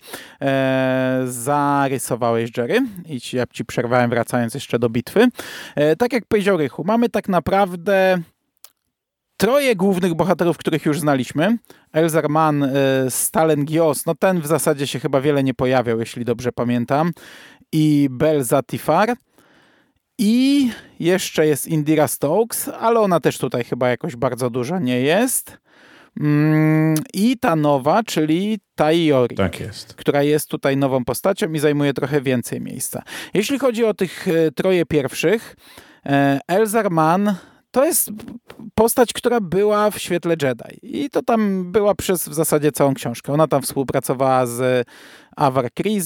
zarysowałeś, Jerry. I ja ci przerwałem, wracając jeszcze do bitwy. Tak jak powiedział Rychu, mamy tak naprawdę troje głównych bohaterów, których już znaliśmy. Elzar Mann, Stalen Gios, no ten w zasadzie się chyba wiele nie pojawiał, jeśli dobrze pamiętam. I Bel Zatifar. I jeszcze jest Indira Stokes, ale ona też tutaj chyba jakoś bardzo duża nie jest. I ta nowa, czyli Taiori, tak jest, która jest tutaj nową postacią i zajmuje trochę więcej miejsca. Jeśli chodzi o tych troje pierwszych, Elzar Mann to jest postać, która była w świetle Jedi i to tam była przez w zasadzie całą książkę. Ona tam współpracowała z Avar Kriss,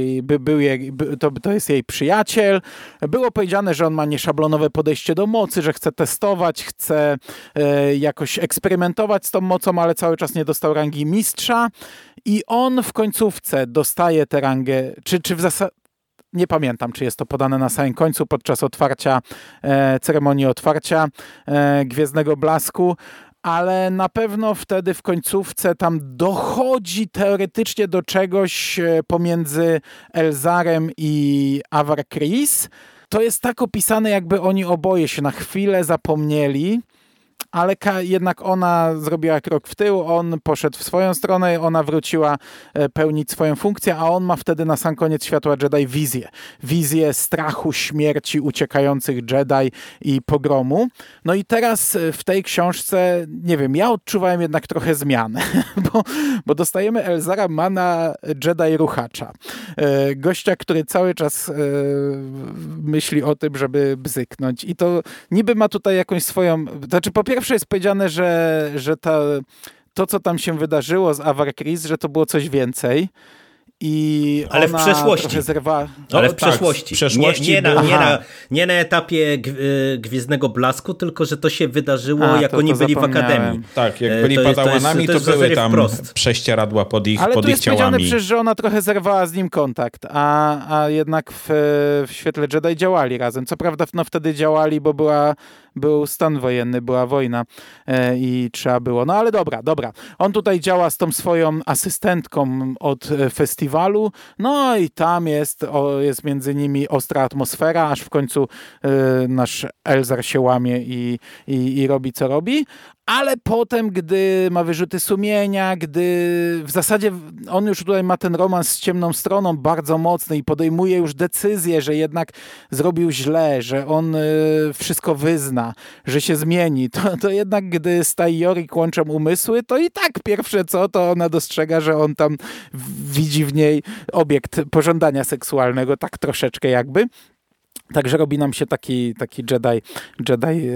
to jest jej przyjaciel. Było powiedziane, że on ma nieszablonowe podejście do mocy, że chce testować, chce jakoś eksperymentować z tą mocą, ale cały czas nie dostał rangi mistrza i on w końcówce dostaje tę rangę, czy w zasadzie nie pamiętam, czy jest to podane na samym końcu podczas otwarcia, ceremonii otwarcia Gwiezdnego Blasku, ale na pewno wtedy w końcówce tam dochodzi teoretycznie do czegoś pomiędzy Elzarem i Avar Kriss. To jest tak opisane, jakby oni oboje się na chwilę zapomnieli ale jednak ona zrobiła krok w tył, on poszedł w swoją stronę, ona wróciła pełnić swoją funkcję, a on ma wtedy na sam koniec Światła Jedi wizję strachu, śmierci, uciekających Jedi i pogromu. No i teraz w tej książce, nie wiem, ja odczuwałem jednak trochę zmianę, bo dostajemy Elzara Mana, Jedi ruchacza. Gościa, który cały czas myśli o tym, żeby bzyknąć. I to niby ma tutaj jakąś swoją... Znaczy, po pierwsze jest powiedziane, że to, co tam się wydarzyło z Avar Kriss, że to było coś więcej. Ale w przeszłości. Ale w przeszłości. Nie na etapie Gwiezdnego Blasku, tylko że to się wydarzyło, jak oni byli w Akademii. Tak, jak byli Padałanami, to były tam prześcieradła pod ich ciałami. Ale tu jest powiedziane przecież, że ona trochę zerwała z nim kontakt, a jednak w Świetle Jedi działali razem. Co prawda wtedy działali, bo był stan wojenny, była wojna i trzeba było. No ale dobra. On tutaj działa z tą swoją asystentką od festiwalu, no i tam jest między nimi ostra atmosfera, aż w końcu nasz Elzar się łamie i robi co robi. Ale potem, gdy ma wyrzuty sumienia, gdy w zasadzie on już tutaj ma ten romans z ciemną stroną bardzo mocny i podejmuje już decyzję, że jednak zrobił źle, że on wszystko wyzna, że się zmieni, to jednak gdy z Yorik łączą umysły, to i tak pierwsze co, to ona dostrzega, że on tam widzi w niej obiekt pożądania seksualnego, tak troszeczkę jakby. Także robi nam się taki Jedi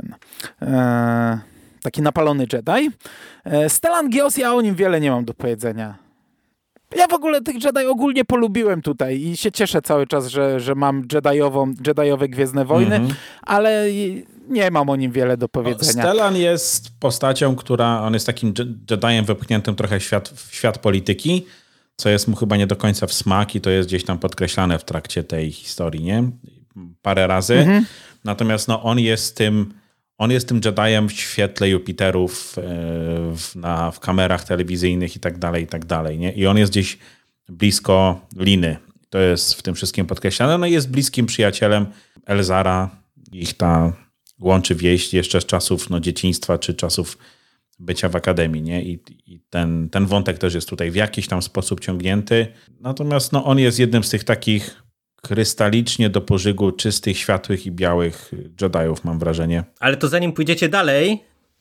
taki napalony Jedi. Stellan Gios, ja o nim wiele nie mam do powiedzenia. Ja w ogóle tych Jedi ogólnie polubiłem tutaj i się cieszę cały czas, że mam Jediowe Gwiezdne Wojny, ale nie mam o nim wiele do powiedzenia. Stellan jest postacią, on jest takim Jediem wypchniętym trochę w świat polityki, co jest mu chyba nie do końca w smak i to jest gdzieś tam podkreślane w trakcie tej historii, nie? Parę razy. Natomiast on jest tym Jediem w świetle Jupiterów, w kamerach telewizyjnych i tak dalej, nie? I on jest gdzieś blisko Liny. To jest w tym wszystkim podkreślane. No i jest bliskim przyjacielem Elzara. Ich ta łączy więź jeszcze z czasów dzieciństwa, czy czasów bycia w Akademii, nie? I ten wątek też jest tutaj w jakiś tam sposób ciągnięty. Natomiast on jest jednym z tych takich krystalicznie do pożygu czystych, światłych i białych Jediów, mam wrażenie. Ale to zanim pójdziecie dalej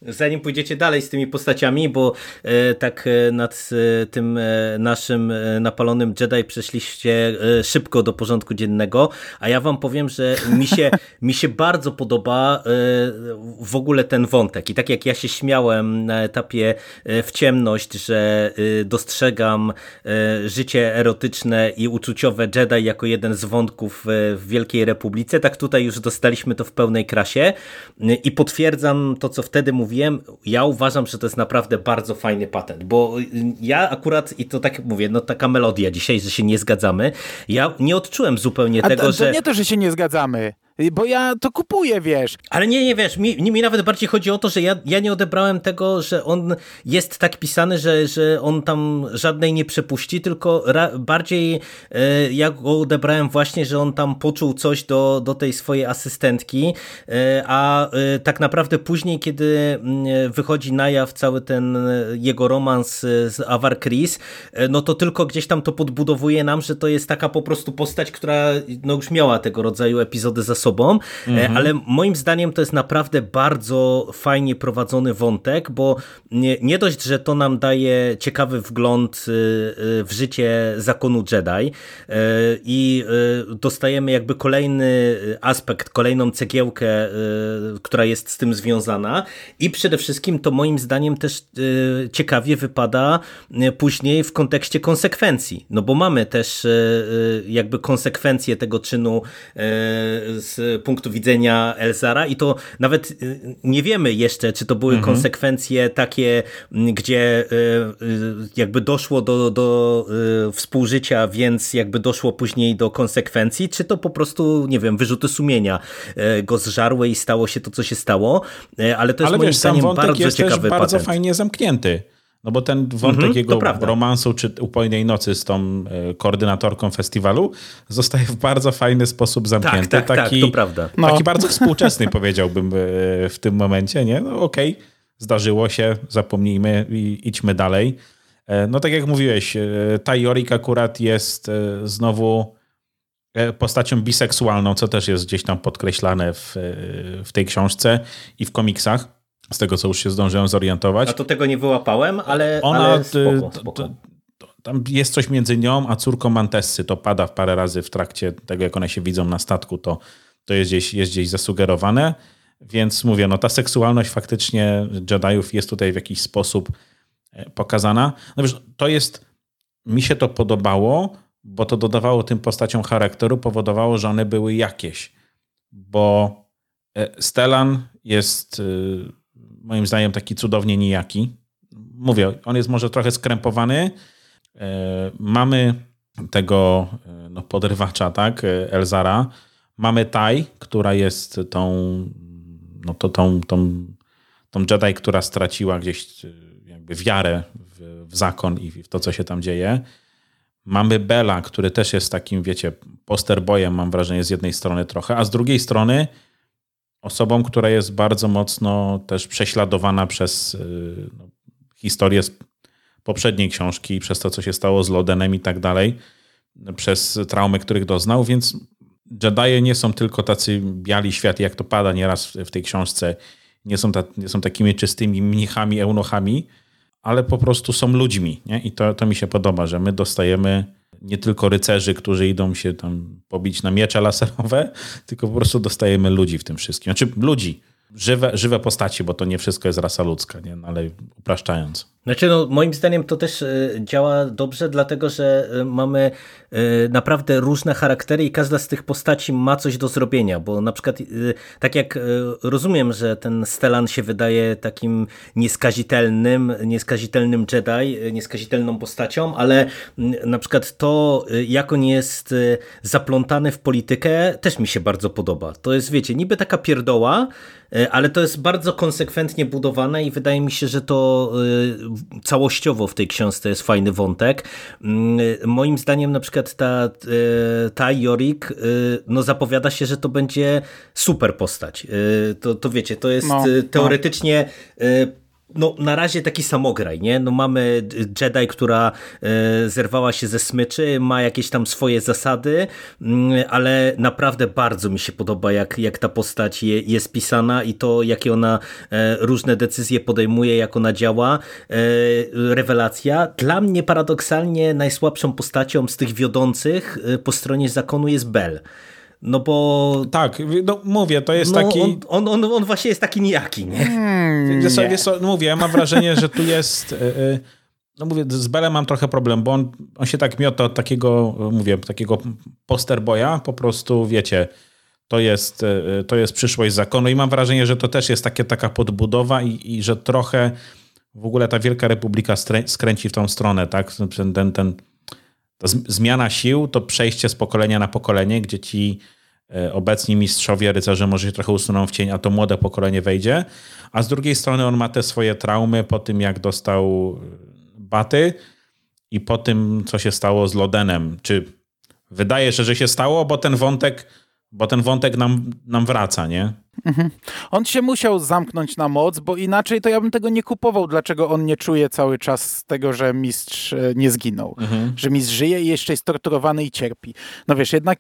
z tymi postaciami, bo tak nad tym naszym napalonym Jedi przeszliście szybko do porządku dziennego, a ja wam powiem, że mi się bardzo podoba w ogóle ten wątek i tak jak ja się śmiałem na etapie w ciemność, że dostrzegam życie erotyczne i uczuciowe Jedi jako jeden z wątków w Wielkiej Republice, tak tutaj już dostaliśmy to w pełnej krasie i potwierdzam to, co wtedy mówiłem. Ja uważam, że to jest naprawdę bardzo fajny patent, bo ja akurat, i to tak mówię, taka melodia dzisiaj, że się nie zgadzamy, ja nie odczułem zupełnie tego, że... Nie to, że się nie zgadzamy. Bo ja to kupuję, wiesz. Ale nie, wiesz, mi nawet bardziej chodzi o to, że ja nie odebrałem tego, że on jest tak pisany, że on tam żadnej nie przepuści, tylko bardziej ja go odebrałem właśnie, że on tam poczuł coś do tej swojej asystentki, a tak naprawdę później, kiedy wychodzi na jaw cały ten jego romans z Avar Kriss, no to tylko gdzieś tam to podbudowuje nam, że to jest taka po prostu postać, która już miała tego rodzaju epizody za sobą, ale moim zdaniem to jest naprawdę bardzo fajnie prowadzony wątek, bo nie dość, że to nam daje ciekawy wgląd w życie zakonu Jedi i dostajemy jakby kolejny aspekt, kolejną cegiełkę, która jest z tym związana i przede wszystkim to moim zdaniem też ciekawie wypada później w kontekście konsekwencji, no bo mamy też jakby konsekwencje tego czynu z punktu widzenia Elzara i to nawet nie wiemy jeszcze, czy to były konsekwencje takie, gdzie jakby doszło do współżycia, więc jakby doszło później do konsekwencji, czy to po prostu, nie wiem, wyrzuty sumienia go zżarły i stało się to, co się stało, ale to jest moim zdaniem bardzo ciekawy patent. Bardzo fajnie zamknięty. No bo ten wątek jego romansu czy upojnej nocy z tą koordynatorką festiwalu zostaje w bardzo fajny sposób zamknięty. Tak, to prawda. Taki bardzo współczesny powiedziałbym w tym momencie, nie? No okej, zdarzyło się, zapomnijmy i idźmy dalej. No tak jak mówiłeś, ta Yorick akurat jest znowu postacią biseksualną, co też jest gdzieś tam podkreślane w tej książce i w komiksach. Z tego, co już się zdążyłem zorientować. A to tego nie wyłapałem, ale spoko. Tam jest coś między nią a córką Mantessy. To pada parę razy w trakcie tego, jak one się widzą na statku. To jest gdzieś zasugerowane. Więc mówię, no ta seksualność faktycznie Jediów jest tutaj w jakiś sposób pokazana. No wiesz, mi się to podobało, bo to dodawało tym postaciom charakteru, powodowało, że one były jakieś. Bo Stellan jest moim zdaniem taki cudownie nijaki. Mówię, on jest może trochę skrępowany. Mamy tego podrywacza, tak, Elzara. Mamy Tai, która jest tą Jedi, która straciła gdzieś jakby wiarę w zakon i w to, co się tam dzieje. Mamy Bela, który też jest takim, wiecie, posterboyem, mam wrażenie, z jednej strony trochę, a z drugiej strony osobą, która jest bardzo mocno też prześladowana przez historię z poprzedniej książki, przez to, co się stało z Lodenem i tak dalej, przez traumy, których doznał, więc Jedi nie są tylko tacy biali świat, jak to pada nieraz w tej książce, nie są takimi czystymi mnichami, eunuchami, ale po prostu są ludźmi. Nie? I to mi się podoba, że my dostajemy nie tylko rycerzy, którzy idą się tam pobić na miecze laserowe, tylko po prostu dostajemy ludzi w tym wszystkim. Znaczy ludzi, żywe postaci, bo to nie wszystko jest rasa ludzka, nie? No, ale upraszczając. Znaczy, moim zdaniem to też działa dobrze, dlatego że mamy naprawdę różne charaktery i każda z tych postaci ma coś do zrobienia, bo na przykład tak jak rozumiem, że ten Stellan się wydaje takim nieskazitelnym Jedi, nieskazitelną postacią, ale na przykład to, jak on jest zaplątany w politykę, też mi się bardzo podoba. To jest, wiecie, niby taka pierdoła, ale to jest bardzo konsekwentnie budowane i wydaje mi się, że to całościowo w tej książce jest fajny wątek. Moim zdaniem na przykład ta Yorick zapowiada się, że to będzie super postać. To wiecie, to jest teoretycznie na razie taki samograj, nie? Mamy Jedi, która zerwała się ze smyczy, ma jakieś tam swoje zasady, ale naprawdę bardzo mi się podoba, jak ta postać jest pisana i to, jakie ona różne decyzje podejmuje, jak ona działa. Rewelacja. Dla mnie paradoksalnie najsłabszą postacią z tych wiodących po stronie zakonu jest Bel. No bo... Tak, mówię, to jest taki... On właśnie jest taki nijaki, nie? Mówię, ja mam wrażenie, że tu jest... mówię, z Belem mam trochę problem, bo on się tak miota od takiego posterboya, po prostu, wiecie, to jest przyszłość zakonu i mam wrażenie, że to też jest taka podbudowa i że trochę w ogóle ta Wielka Republika skręci w tą stronę, tak? Ta zmiana sił, to przejście z pokolenia na pokolenie, gdzie ci obecni mistrzowie rycerze może się trochę usuną w cień, a to młode pokolenie wejdzie, a z drugiej strony on ma te swoje traumy po tym, jak dostał baty i po tym, co się stało z Lodenem. Czy wydaje się, że się stało, bo ten wątek nam wraca, nie? Mhm. On się musiał zamknąć na moc, bo inaczej to ja bym tego nie kupował, dlaczego on nie czuje cały czas tego, że mistrz nie zginął. Że mistrz żyje i jeszcze jest torturowany i cierpi. No wiesz, jednak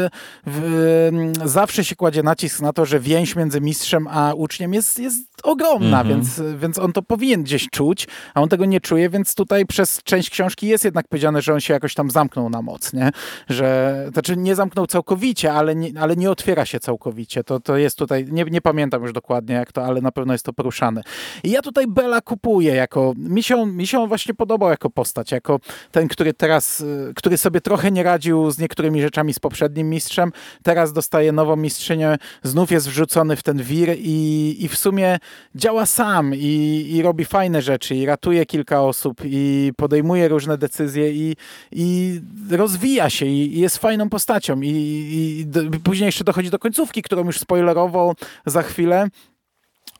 zawsze się kładzie nacisk na to, że więź między mistrzem a uczniem jest ogromna, więc on to powinien gdzieś czuć, a on tego nie czuje, więc tutaj przez część książki jest jednak powiedziane, że on się jakoś tam zamknął na moc, nie? Znaczy nie zamknął całkowicie, ale nie otwiera się całkowicie. To jest tutaj, nie pamiętam już dokładnie jak to, ale na pewno jest to poruszane. I ja tutaj Bela kupuję mi się on właśnie podobał jako postać, jako ten, który sobie trochę nie radził z niektórymi rzeczami z poprzednim mistrzem, teraz dostaje nową mistrzynię, znów jest wrzucony w ten wir i w sumie działa sam i robi fajne rzeczy i ratuje kilka osób i podejmuje różne decyzje i rozwija się i jest fajną postacią i później jeszcze dochodzi do końcówki, którą już spoilerowo za chwilę,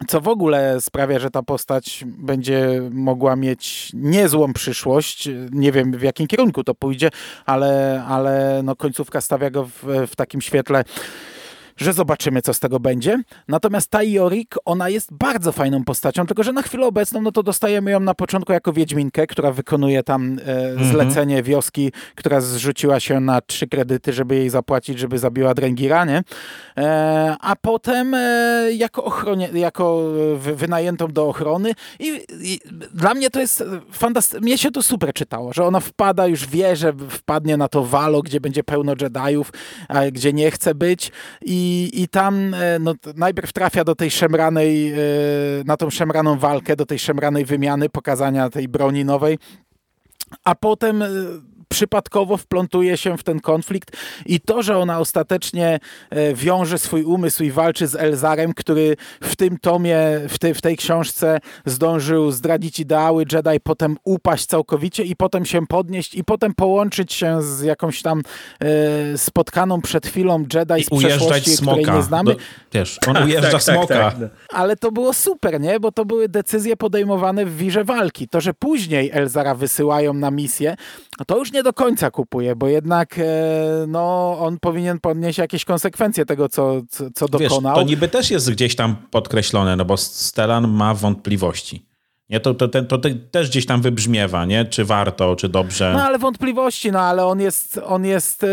co w ogóle sprawia, że ta postać będzie mogła mieć niezłą przyszłość. Nie wiem, w jakim kierunku to pójdzie, ale no końcówka stawia go w takim świetle, że zobaczymy, co z tego będzie. Natomiast ta Yorick, ona jest bardzo fajną postacią, tylko że na chwilę obecną, no to dostajemy ją na początku jako Wiedźminkę, która wykonuje tam zlecenie wioski, która zrzuciła się na 3 kredyty, żeby jej zapłacić, żeby zabiła Drengira, nie? A potem jako wynajętą do ochrony i dla mnie to jest mnie się to super czytało, że ona wpada, już wie, że wpadnie na to Valo, gdzie będzie pełno Jediów, a gdzie nie chce być i tam no, najpierw trafia do tej szemranej, na tą szemraną walkę, do tej szemranej wymiany, pokazania tej broni nowej, a potem przypadkowo wplątuje się w ten konflikt i to, że ona ostatecznie wiąże swój umysł i walczy z Elzarem, który w tym tomie, w tej książce zdążył zdradzić ideały Jedi, potem upaść całkowicie i potem się podnieść i potem połączyć się z jakąś tam spotkaną przed chwilą Jedi z przeszłości, której nie znamy. Wiesz, on ujeżdża smoka. Tak. Ale to było super, nie? Bo to były decyzje podejmowane w wirze walki. To, że później Elzara wysyłają na misję, to już nie do końca kupuję, bo jednak no, on powinien ponieść jakieś konsekwencje tego, co dokonał. Wiesz, to niby też jest gdzieś tam podkreślone, no bo Stellan ma wątpliwości. Nie, to też gdzieś tam wybrzmiewa, nie? Czy warto, czy dobrze. No ale wątpliwości, no ale on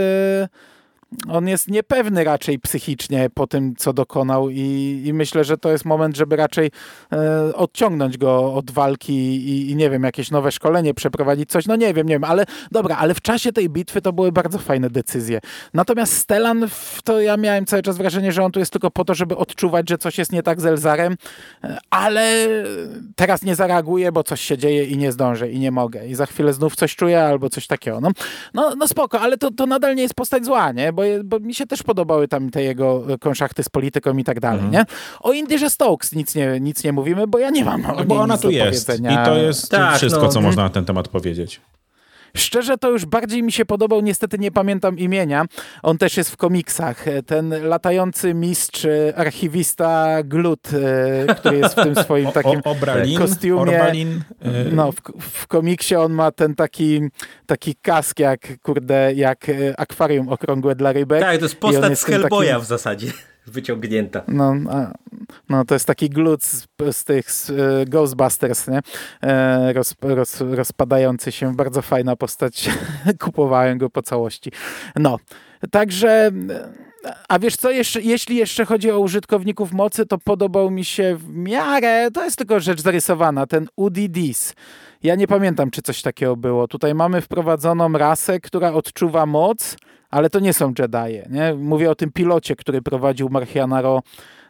jest niepewny raczej psychicznie po tym, co dokonał i myślę, że to jest moment, żeby raczej odciągnąć go od walki i nie wiem, jakieś nowe szkolenie przeprowadzić, coś, no nie wiem, ale dobra, ale w czasie tej bitwy to były bardzo fajne decyzje. Natomiast Stellan, to ja miałem cały czas wrażenie, że on tu jest tylko po to, żeby odczuwać, że coś jest nie tak z Elzarem, ale teraz nie zareaguje, bo coś się dzieje i nie zdążę i nie mogę i za chwilę znów coś czuję albo coś takiego. No spoko, ale to nadal nie jest postać zła, nie? Bo mi się też podobały tam te jego konszachty z polityką i tak dalej, nie? O Indyrze Stokes nic nie mówimy, bo ja nie mam o niej bo ona nic tu do jest powiedzenia. I to jest wszystko, co można na ten temat powiedzieć. Szczerze, to już bardziej mi się podobał, niestety nie pamiętam imienia, on też jest w komiksach, ten latający mistrz, archiwista Glut, który jest w tym swoim takim kostiumie. Orbalin. No, w komiksie on ma ten taki kask jak akwarium okrągłe dla rybek. Tak, to jest postać z Hellboya w zasadzie. Wyciągnięta. No, to jest taki Glut z tych Ghostbusters, nie? Rozpadający się, bardzo fajna postać. Kupowałem go po całości. No, także... A wiesz co, jeśli jeszcze chodzi o użytkowników mocy, to podobał mi się w miarę, to jest tylko rzecz zarysowana, ten UDDs. Ja nie pamiętam, czy coś takiego było. Tutaj mamy wprowadzoną rasę, która odczuwa moc, ale to nie są Jedije, nie? Mówię o tym pilocie, który prowadził Marchiana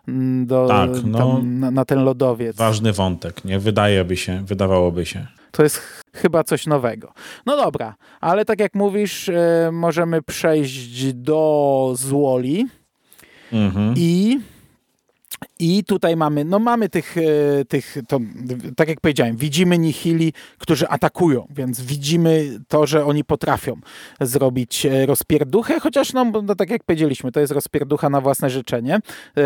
na ten lodowiec. Ważny wątek, nie? Wydawałoby się. To jest chyba coś nowego. No dobra, ale tak jak mówisz, możemy przejść do Złoli i tutaj mamy tych tak jak powiedziałem, widzimy Nihili, którzy atakują, więc widzimy to, że oni potrafią zrobić rozpierduchę, chociaż no tak jak powiedzieliśmy, to jest rozpierducha na własne życzenie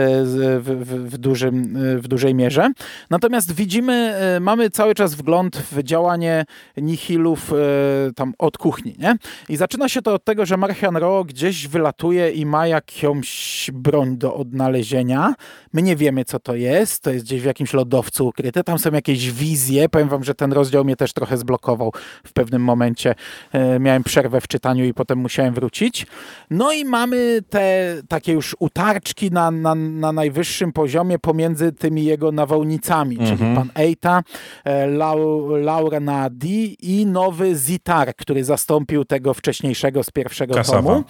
w dużej mierze. Natomiast mamy cały czas wgląd w działanie Nihilów tam od kuchni, nie? I zaczyna się to od tego, że Marchion Ro gdzieś wylatuje i ma jakąś broń do odnalezienia. My nie wiemy, co to jest gdzieś w jakimś lodowcu ukryte, tam są jakieś wizje, powiem wam, że ten rozdział mnie też trochę zblokował w pewnym momencie, miałem przerwę w czytaniu i potem musiałem wrócić. No i mamy te takie już utarczki na najwyższym poziomie pomiędzy tymi jego nawałnicami, czyli pan Eita, Laura Nadi i nowy Zitar, który zastąpił tego wcześniejszego z pierwszego tomu.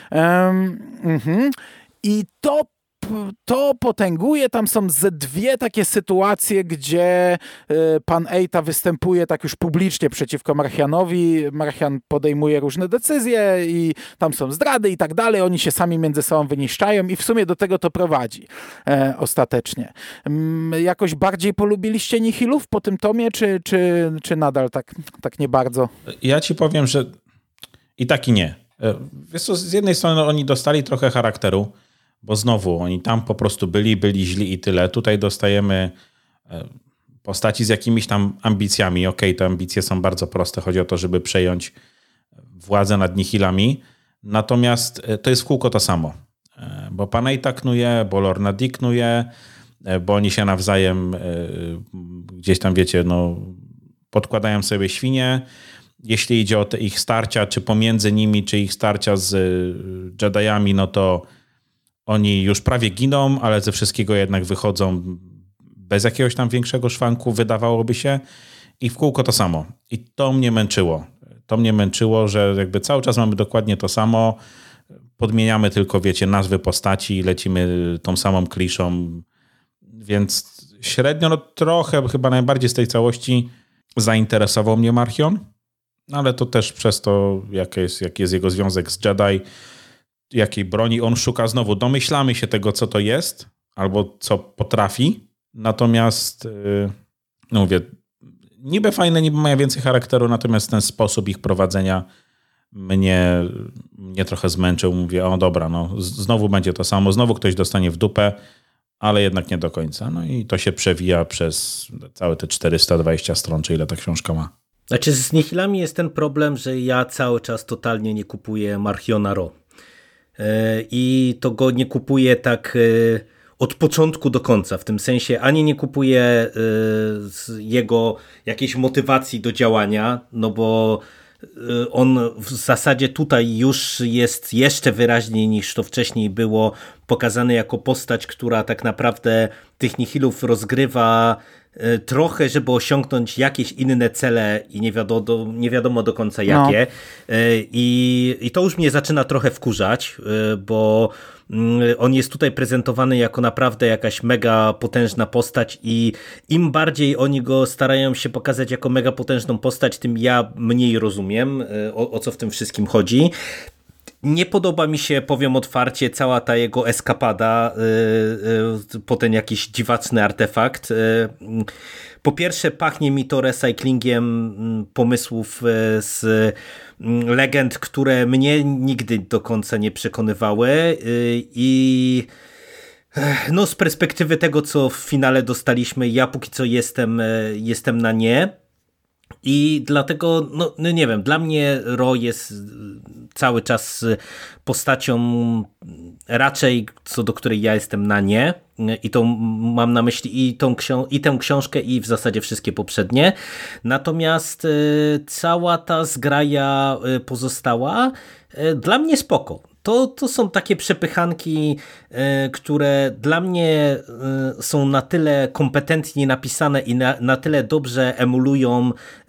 I to potęguje, tam są ze 2 takie sytuacje, gdzie pan Eita występuje tak już publicznie przeciwko Marchianowi, Marchian podejmuje różne decyzje i tam są zdrady i tak dalej, oni się sami między sobą wyniszczają i w sumie do tego to prowadzi ostatecznie. Jakoś bardziej polubiliście Nihilów po tym tomie, czy nadal tak nie bardzo? Ja ci powiem, że i tak i nie. Wiesz co, z jednej strony oni dostali trochę charakteru, bo znowu oni tam po prostu byli źli i tyle. Tutaj dostajemy postaci z jakimiś tam ambicjami. Okej, te ambicje są bardzo proste. Chodzi o to, żeby przejąć władzę nad nihilami. Natomiast to jest w kółko to samo. Bo Paneita knuje, bo Lorna Di knuje, bo oni się nawzajem gdzieś tam, wiecie, no, podkładają sobie świnie. Jeśli idzie o te ich starcia, czy pomiędzy nimi, czy ich starcia z Jediami, no to oni już prawie giną, ale ze wszystkiego jednak wychodzą bez jakiegoś tam większego szwanku, wydawałoby się. I w kółko to samo. I to mnie męczyło. To mnie męczyło, że jakby cały czas mamy dokładnie to samo. Podmieniamy tylko, wiecie, nazwy postaci i lecimy tą samą kliszą. Więc średnio, no trochę, chyba najbardziej z tej całości zainteresował mnie Marchion. Ale to też przez to, jaki jest jego związek z Jedi, jakiej broni on szuka. Znowu domyślamy się tego, co to jest, albo co potrafi. Natomiast, no mówię, niby fajne, niby mają więcej charakteru, natomiast ten sposób ich prowadzenia mnie trochę zmęczył. Mówię, o dobra, no znowu będzie to samo, znowu ktoś dostanie w dupę, ale jednak nie do końca. No i to się przewija przez całe te 420 stron, czy ile ta książka ma. Znaczy z Nihilami jest ten problem, że ja cały czas totalnie nie kupuję Marchiona Ro. I to go nie kupuję tak od początku do końca. W tym sensie ani nie kupuję jego jakiejś motywacji do działania, no bo on w zasadzie tutaj już jest jeszcze wyraźniej niż to wcześniej było pokazany jako postać, która tak naprawdę tych nihilów rozgrywa trochę, żeby osiągnąć jakieś inne cele i nie wiadomo do końca jakie. No. I to już mnie zaczyna trochę wkurzać, bo on jest tutaj prezentowany jako naprawdę jakaś mega potężna postać i im bardziej oni go starają się pokazać jako mega potężną postać, tym ja mniej rozumiem, o co w tym wszystkim chodzi. Nie podoba mi się, powiem otwarcie, cała ta jego eskapada po ten jakiś dziwaczny artefakt. Po pierwsze pachnie mi to recyklingiem pomysłów z legend, które mnie nigdy do końca nie przekonywały i no z perspektywy tego, co w finale dostaliśmy, ja póki co jestem na nie. I dlatego, no nie wiem, dla mnie Ro jest cały czas postacią raczej, co do której ja jestem na nie. I to mam na myśli i tę książkę, i w zasadzie wszystkie poprzednie. Natomiast cała ta zgraja pozostała dla mnie spoko. To są takie przepychanki, które dla mnie są na tyle kompetentnie napisane i na tyle dobrze emulują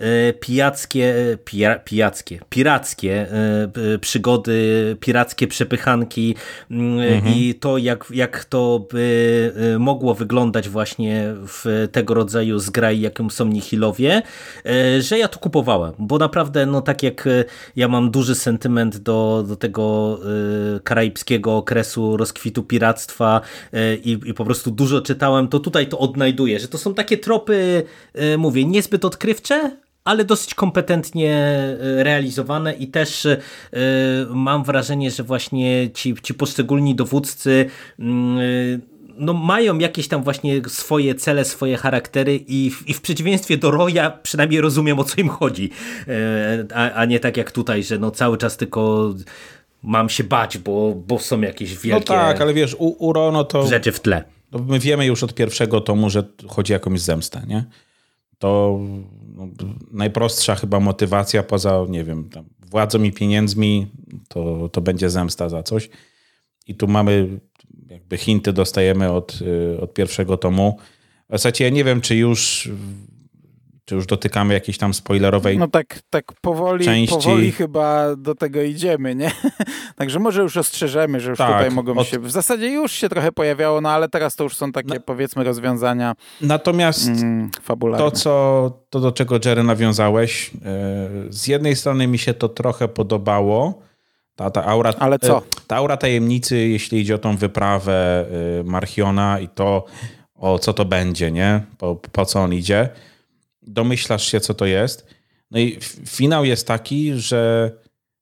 pirackie przygody, pirackie przepychanki i to jak to by mogło wyglądać właśnie w tego rodzaju zgrai, jaką są Nihilowie, że ja to kupowałem, bo naprawdę, no tak jak ja mam duży sentyment do tego karaibskiego okresu rozkwitu piractwa i po prostu dużo czytałem, to tutaj to odnajduję, że to są takie tropy, mówię, niezbyt odkrywcze, ale dosyć kompetentnie realizowane i też mam wrażenie, że właśnie ci poszczególni dowódcy no mają jakieś tam właśnie swoje cele, swoje charaktery i w przeciwieństwie do Roya przynajmniej rozumiem, o co im chodzi, a nie tak jak tutaj, że no cały czas tylko mam się bać, bo są jakieś wielkie no tak, ale wiesz, u Ro to rzeczy w tle. To my wiemy już od pierwszego tomu, że chodzi o jakąś zemstę, nie? To najprostsza chyba motywacja poza, nie wiem, tam władzą i pieniędzmi, to będzie zemsta za coś. I tu mamy jakby hinty dostajemy od pierwszego tomu. W zasadzie ja nie wiem, czy już dotykamy jakiejś tam spoilerowej no tak powoli chyba do tego idziemy, nie? Także może już ostrzeżemy, że już tutaj mogą się... W zasadzie już się trochę pojawiało, no ale teraz to już są takie powiedzmy rozwiązania natomiast fabularne. To do czego Jerry nawiązałeś, z jednej strony mi się to trochę podobało, ta aura, ale co? Ta aura tajemnicy, jeśli idzie o tą wyprawę Marchiona i to, o co to będzie, nie? Po co on idzie. Domyślasz się, co to jest. No i finał jest taki, że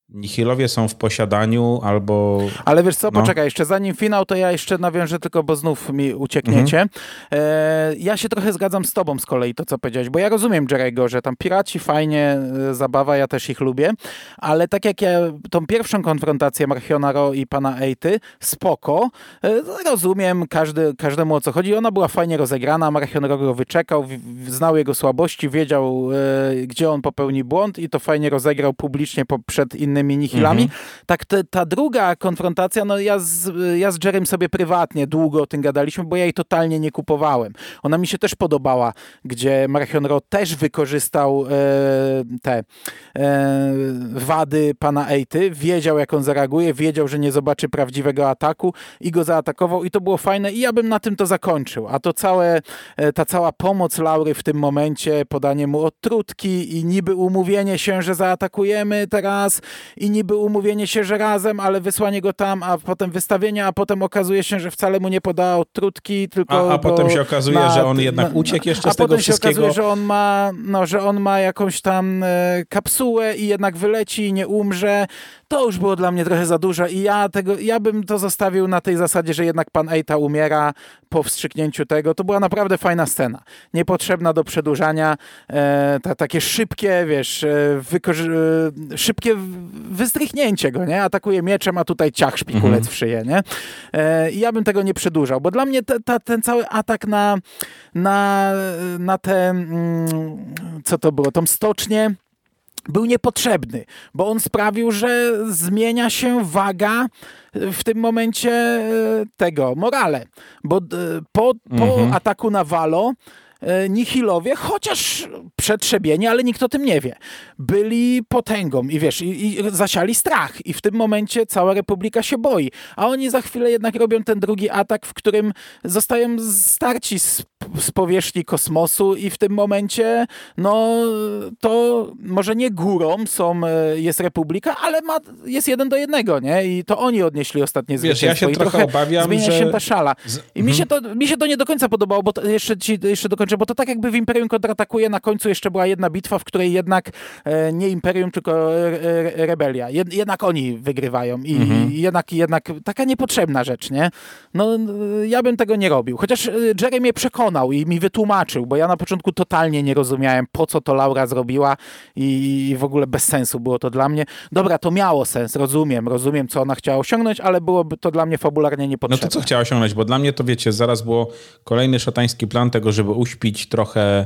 Nihilowie są w posiadaniu albo... Ale wiesz co, poczekaj, jeszcze zanim finał, to ja jeszcze nawiążę tylko, bo znów mi uciekniecie. Ja się trochę zgadzam z tobą z kolei, to co powiedziałeś, bo ja rozumiem Jerry'ego, że tam piraci fajnie, zabawa, ja też ich lubię, ale tak jak ja tą pierwszą konfrontację Marchiona Ro i pana Ejty, spoko, rozumiem każdemu o co chodzi, ona była fajnie rozegrana, Marchion Ro go wyczekał, znał jego słabości, wiedział gdzie on popełni błąd i to fajnie rozegrał publicznie przed innymi nihilami. Tak ta druga konfrontacja, no ja z Jerrym sobie prywatnie długo o tym gadaliśmy, bo ja jej totalnie nie kupowałem. Ona mi się też podobała, gdzie Marchion Ro też wykorzystał te wady pana Ejty, wiedział jak on zareaguje, wiedział, że nie zobaczy prawdziwego ataku i go zaatakował i to było fajne i ja bym na tym to zakończył. A to ta cała pomoc Laury w tym momencie, podanie mu odtrutki i niby umówienie się, że zaatakujemy teraz i niby umówienie się, że razem, ale wysłanie go tam, a potem wystawienie, a potem okazuje się, że wcale mu nie podał odtrutki, tylko... A potem się okazuje, że on jednak uciekł jeszcze z tego wszystkiego. A potem się okazuje, że on ma jakąś tam kapsułę i jednak wyleci i nie umrze. To już było dla mnie trochę za dużo i ja bym to zostawił na tej zasadzie, że jednak pan Ejta umiera po wstrzyknięciu tego. To była naprawdę fajna scena. Niepotrzebna do przedłużania. Takie szybkie, wiesz, szybkie wyzdrychnięcie go, nie? Atakuje mieczem, a tutaj ciach, szpikulec w szyję, nie? I ja bym tego nie przedłużał, bo dla mnie ten cały atak na tę, co to było, tą stocznię, był niepotrzebny, bo on sprawił, że zmienia się waga w tym momencie tego, morale. Bo po ataku na Valo nihilowie, chociaż przetrzebieni, ale nikt o tym nie wie, byli potęgą i wiesz, i zasiali strach i w tym momencie cała Republika się boi, a oni za chwilę jednak robią ten drugi atak, w którym zostają starci z powierzchni kosmosu i w tym momencie no to może nie górą jest Republika, ale jest 1-1, nie? I to oni odnieśli ostatnie zwycięstwo. Ja się i trochę obawiam, zmienia że... się ta szala. I mi się to nie do końca podobało, bo jeszcze dokończę, bo to tak jakby w Imperium kontratakuje na końcu jeszcze była jedna bitwa, w której jednak nie Imperium, tylko Rebelia. Jednak oni wygrywają i jednak taka niepotrzebna rzecz, nie? No ja bym tego nie robił. Chociaż Jerry mnie przekonał i mi wytłumaczył, bo ja na początku totalnie nie rozumiałem, po co to Laura zrobiła i w ogóle bez sensu było to dla mnie. Dobra, to miało sens, rozumiem, co ona chciała osiągnąć, ale byłoby to dla mnie fabularnie niepotrzebne. No to co chciała osiągnąć? Bo dla mnie to, wiecie, zaraz było kolejny szatański plan tego, żeby uśpić trochę...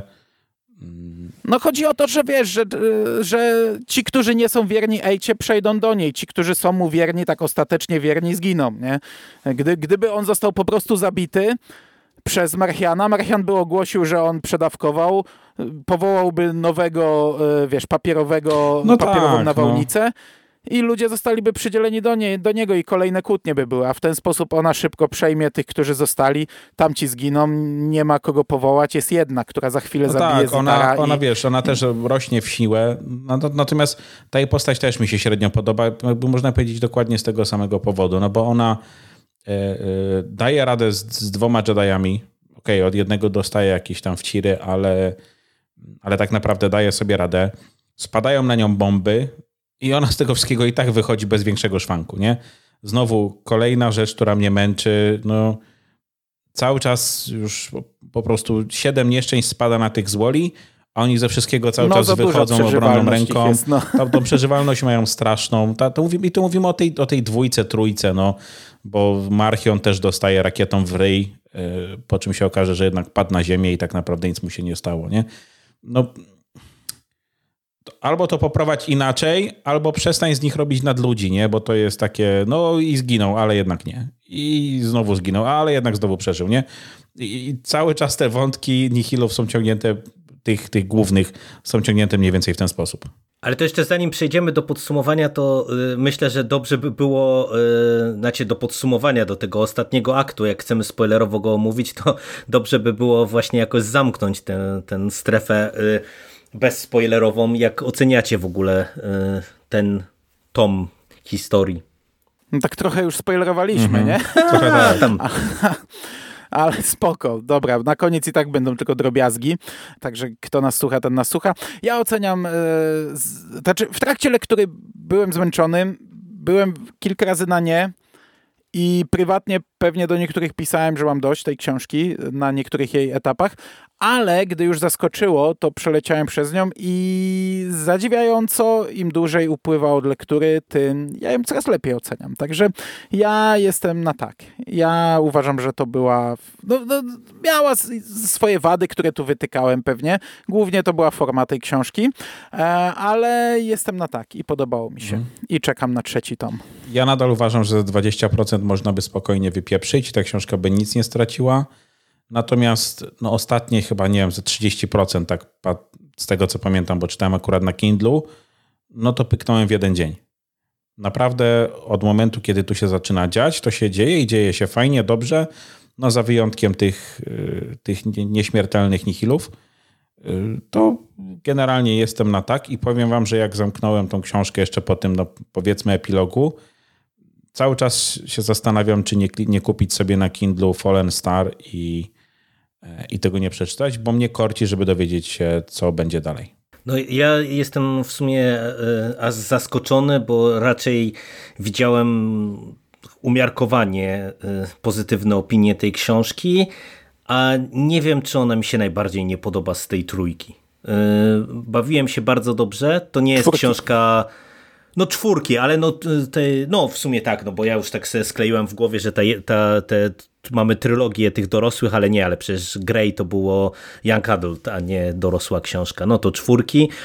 No chodzi o to, że wiesz, że ci, którzy nie są wierni Ejcie, przejdą do niej. Ci, którzy są mu wierni, tak ostatecznie wierni, zginą, nie? Gdyby on został po prostu zabity przez Marchiana, Marchian by ogłosił, że on przedawkował, powołałby nowego, wiesz, papierową nawałnicę i ludzie zostaliby przydzieleni do niego i kolejne kłótnie by były, a w ten sposób ona szybko przejmie tych, którzy zostali, tamci zginą, nie ma kogo powołać, jest jedna, która za chwilę zabije Zitara. Ona wiesz, ona też rośnie w siłę, natomiast ta jej postać też mi się średnio podoba, jakby można powiedzieć dokładnie z tego samego powodu, no bo ona daje radę z 2 Jediami, okej, od jednego dostaje jakieś tam wciry, ale tak naprawdę daje sobie radę, spadają na nią bomby, i ona z tego wszystkiego i tak wychodzi bez większego szwanku, nie? Znowu kolejna rzecz, która mnie męczy, no cały czas już po prostu 7 nieszczęść spada na tych z Woli, a oni ze wszystkiego cały czas wychodzą obronną ręką. Jest, no. Tą przeżywalność mają straszną. Tu mówimy o tej dwójce, trójce, no, bo Marchion też dostaje rakietą w ryj, po czym się okaże, że jednak padł na ziemię i tak naprawdę nic mu się nie stało, nie? No... Albo to poprowadź inaczej, albo przestań z nich robić nadludzi, nie? Bo to jest takie, no i zginął, ale jednak nie. I znowu zginął, ale jednak znowu przeżył, nie? I cały czas te wątki nihilów są ciągnięte, tych głównych są ciągnięte mniej więcej w ten sposób. Ale to jeszcze zanim przejdziemy do podsumowania, to myślę, że dobrze by było, do podsumowania do tego ostatniego aktu, jak chcemy spoilerowo go omówić, to dobrze by było właśnie jakoś zamknąć tę strefę bezspoilerową. Jak oceniacie w ogóle ten tom historii? No tak trochę już spoilerowaliśmy, nie? Trochę tak. ale spoko. Dobra, na koniec i tak będą tylko drobiazgi, także kto nas słucha, ten nas słucha. Ja oceniam, znaczy w trakcie lektury byłem zmęczony, byłem kilka razy na nie i prywatnie pewnie do niektórych pisałem, że mam dość tej książki na niektórych jej etapach, ale gdy już zaskoczyło, to przeleciałem przez nią i zadziwiająco im dłużej upływa od lektury, tym ja ją coraz lepiej oceniam. Także ja jestem na tak. Ja uważam, że to była... miała swoje wady, które tu wytykałem pewnie. Głównie to była forma tej książki, ale jestem na tak i podobało mi się. I czekam na 3. tom. Ja nadal uważam, że za 20% można by spokojnie wypieprzyć. Ta książka by nic nie straciła. Natomiast ostatnie chyba, nie wiem, za 30%, tak z tego co pamiętam, bo czytałem akurat na Kindlu, to pyknąłem w jeden dzień. Naprawdę od momentu, kiedy tu się zaczyna dziać, to się dzieje i dzieje się fajnie, dobrze, za wyjątkiem tych nieśmiertelnych nihilów, to generalnie jestem na tak i powiem wam, że jak zamknąłem tą książkę jeszcze po tym, powiedzmy epilogu, cały czas się zastanawiam, czy nie kupić sobie na Kindlu Fallen Star i tego nie przeczytać, bo mnie korci, żeby dowiedzieć się, co będzie dalej. Ja jestem w sumie aż zaskoczony, bo raczej widziałem umiarkowanie pozytywne opinie tej książki, a nie wiem, czy ona mi się najbardziej nie podoba z tej 3. Bawiłem się bardzo dobrze. To nie jest książka... 4, ale w sumie tak, bo ja już tak sobie skleiłem w głowie, że mamy trylogię tych dorosłych, ale przecież Grey to było young adult, a nie dorosła książka. To 4,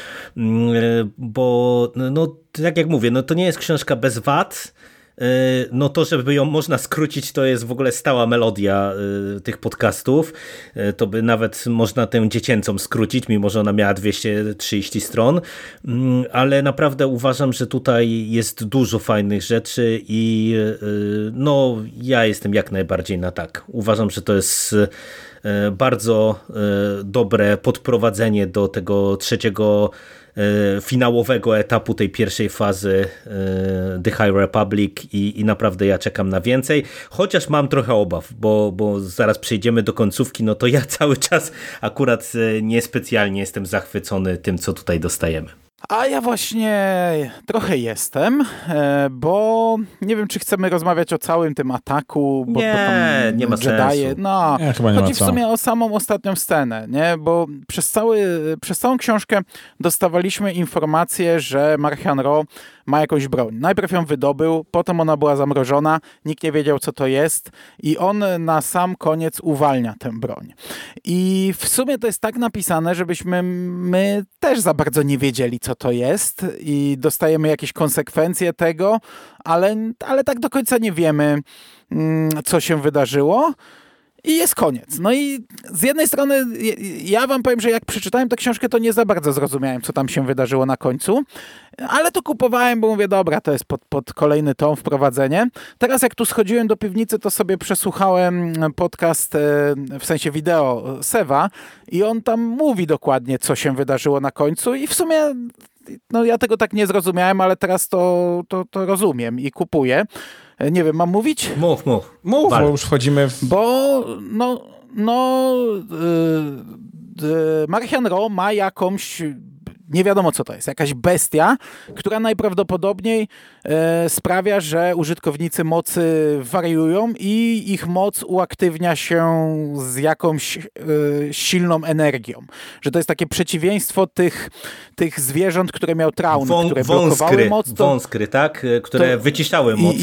bo tak jak mówię, to nie jest książka bez wad. To, żeby ją można skrócić, to jest w ogóle stała melodia tych podcastów. To by nawet można tę dziecięcą skrócić, mimo że ona miała 230 stron, ale naprawdę uważam, że tutaj jest dużo fajnych rzeczy i ja jestem jak najbardziej na tak. Uważam, że to jest bardzo dobre podprowadzenie do tego 3. finałowego etapu tej pierwszej fazy The High Republic i naprawdę ja czekam na więcej, chociaż mam trochę obaw, bo zaraz przejdziemy do końcówki, to ja cały czas akurat niespecjalnie jestem zachwycony tym, co tutaj dostajemy. A ja właśnie trochę jestem, bo nie wiem, czy chcemy rozmawiać o całym tym ataku. Bo nie ma sensu. Chodzi w sumie o samą ostatnią scenę, nie? Bo przez całą książkę dostawaliśmy informację, że Marchion Ro ma jakąś broń. Najpierw ją wydobył, potem ona była zamrożona, nikt nie wiedział, co to jest i on na sam koniec uwalnia tę broń. I w sumie to jest tak napisane, żebyśmy my też za bardzo nie wiedzieli, co to jest i dostajemy jakieś konsekwencje tego, ale tak do końca nie wiemy, co się wydarzyło. I jest koniec. I z jednej strony ja wam powiem, że jak przeczytałem tę książkę, to nie za bardzo zrozumiałem, co tam się wydarzyło na końcu, ale to kupowałem, bo mówię, dobra, to jest pod kolejny tom, wprowadzenie. Teraz jak tu schodziłem do piwnicy, to sobie przesłuchałem podcast, w sensie wideo Seva i on tam mówi dokładnie, co się wydarzyło na końcu i w sumie ja tego tak nie zrozumiałem, ale teraz to rozumiem i kupuję. Nie wiem, mam mówić? Mów, bo już wchodzimy w... Bo Marchion Ro ma jakąś, nie wiadomo co to jest, jakaś bestia, która najprawdopodobniej sprawia, że użytkownicy mocy wariują i ich moc uaktywnia się z jakąś silną energią. Że to jest takie przeciwieństwo tych zwierząt, które miał Traun, które blokowały moc. Wąskry, tak? Które wyciszały moc.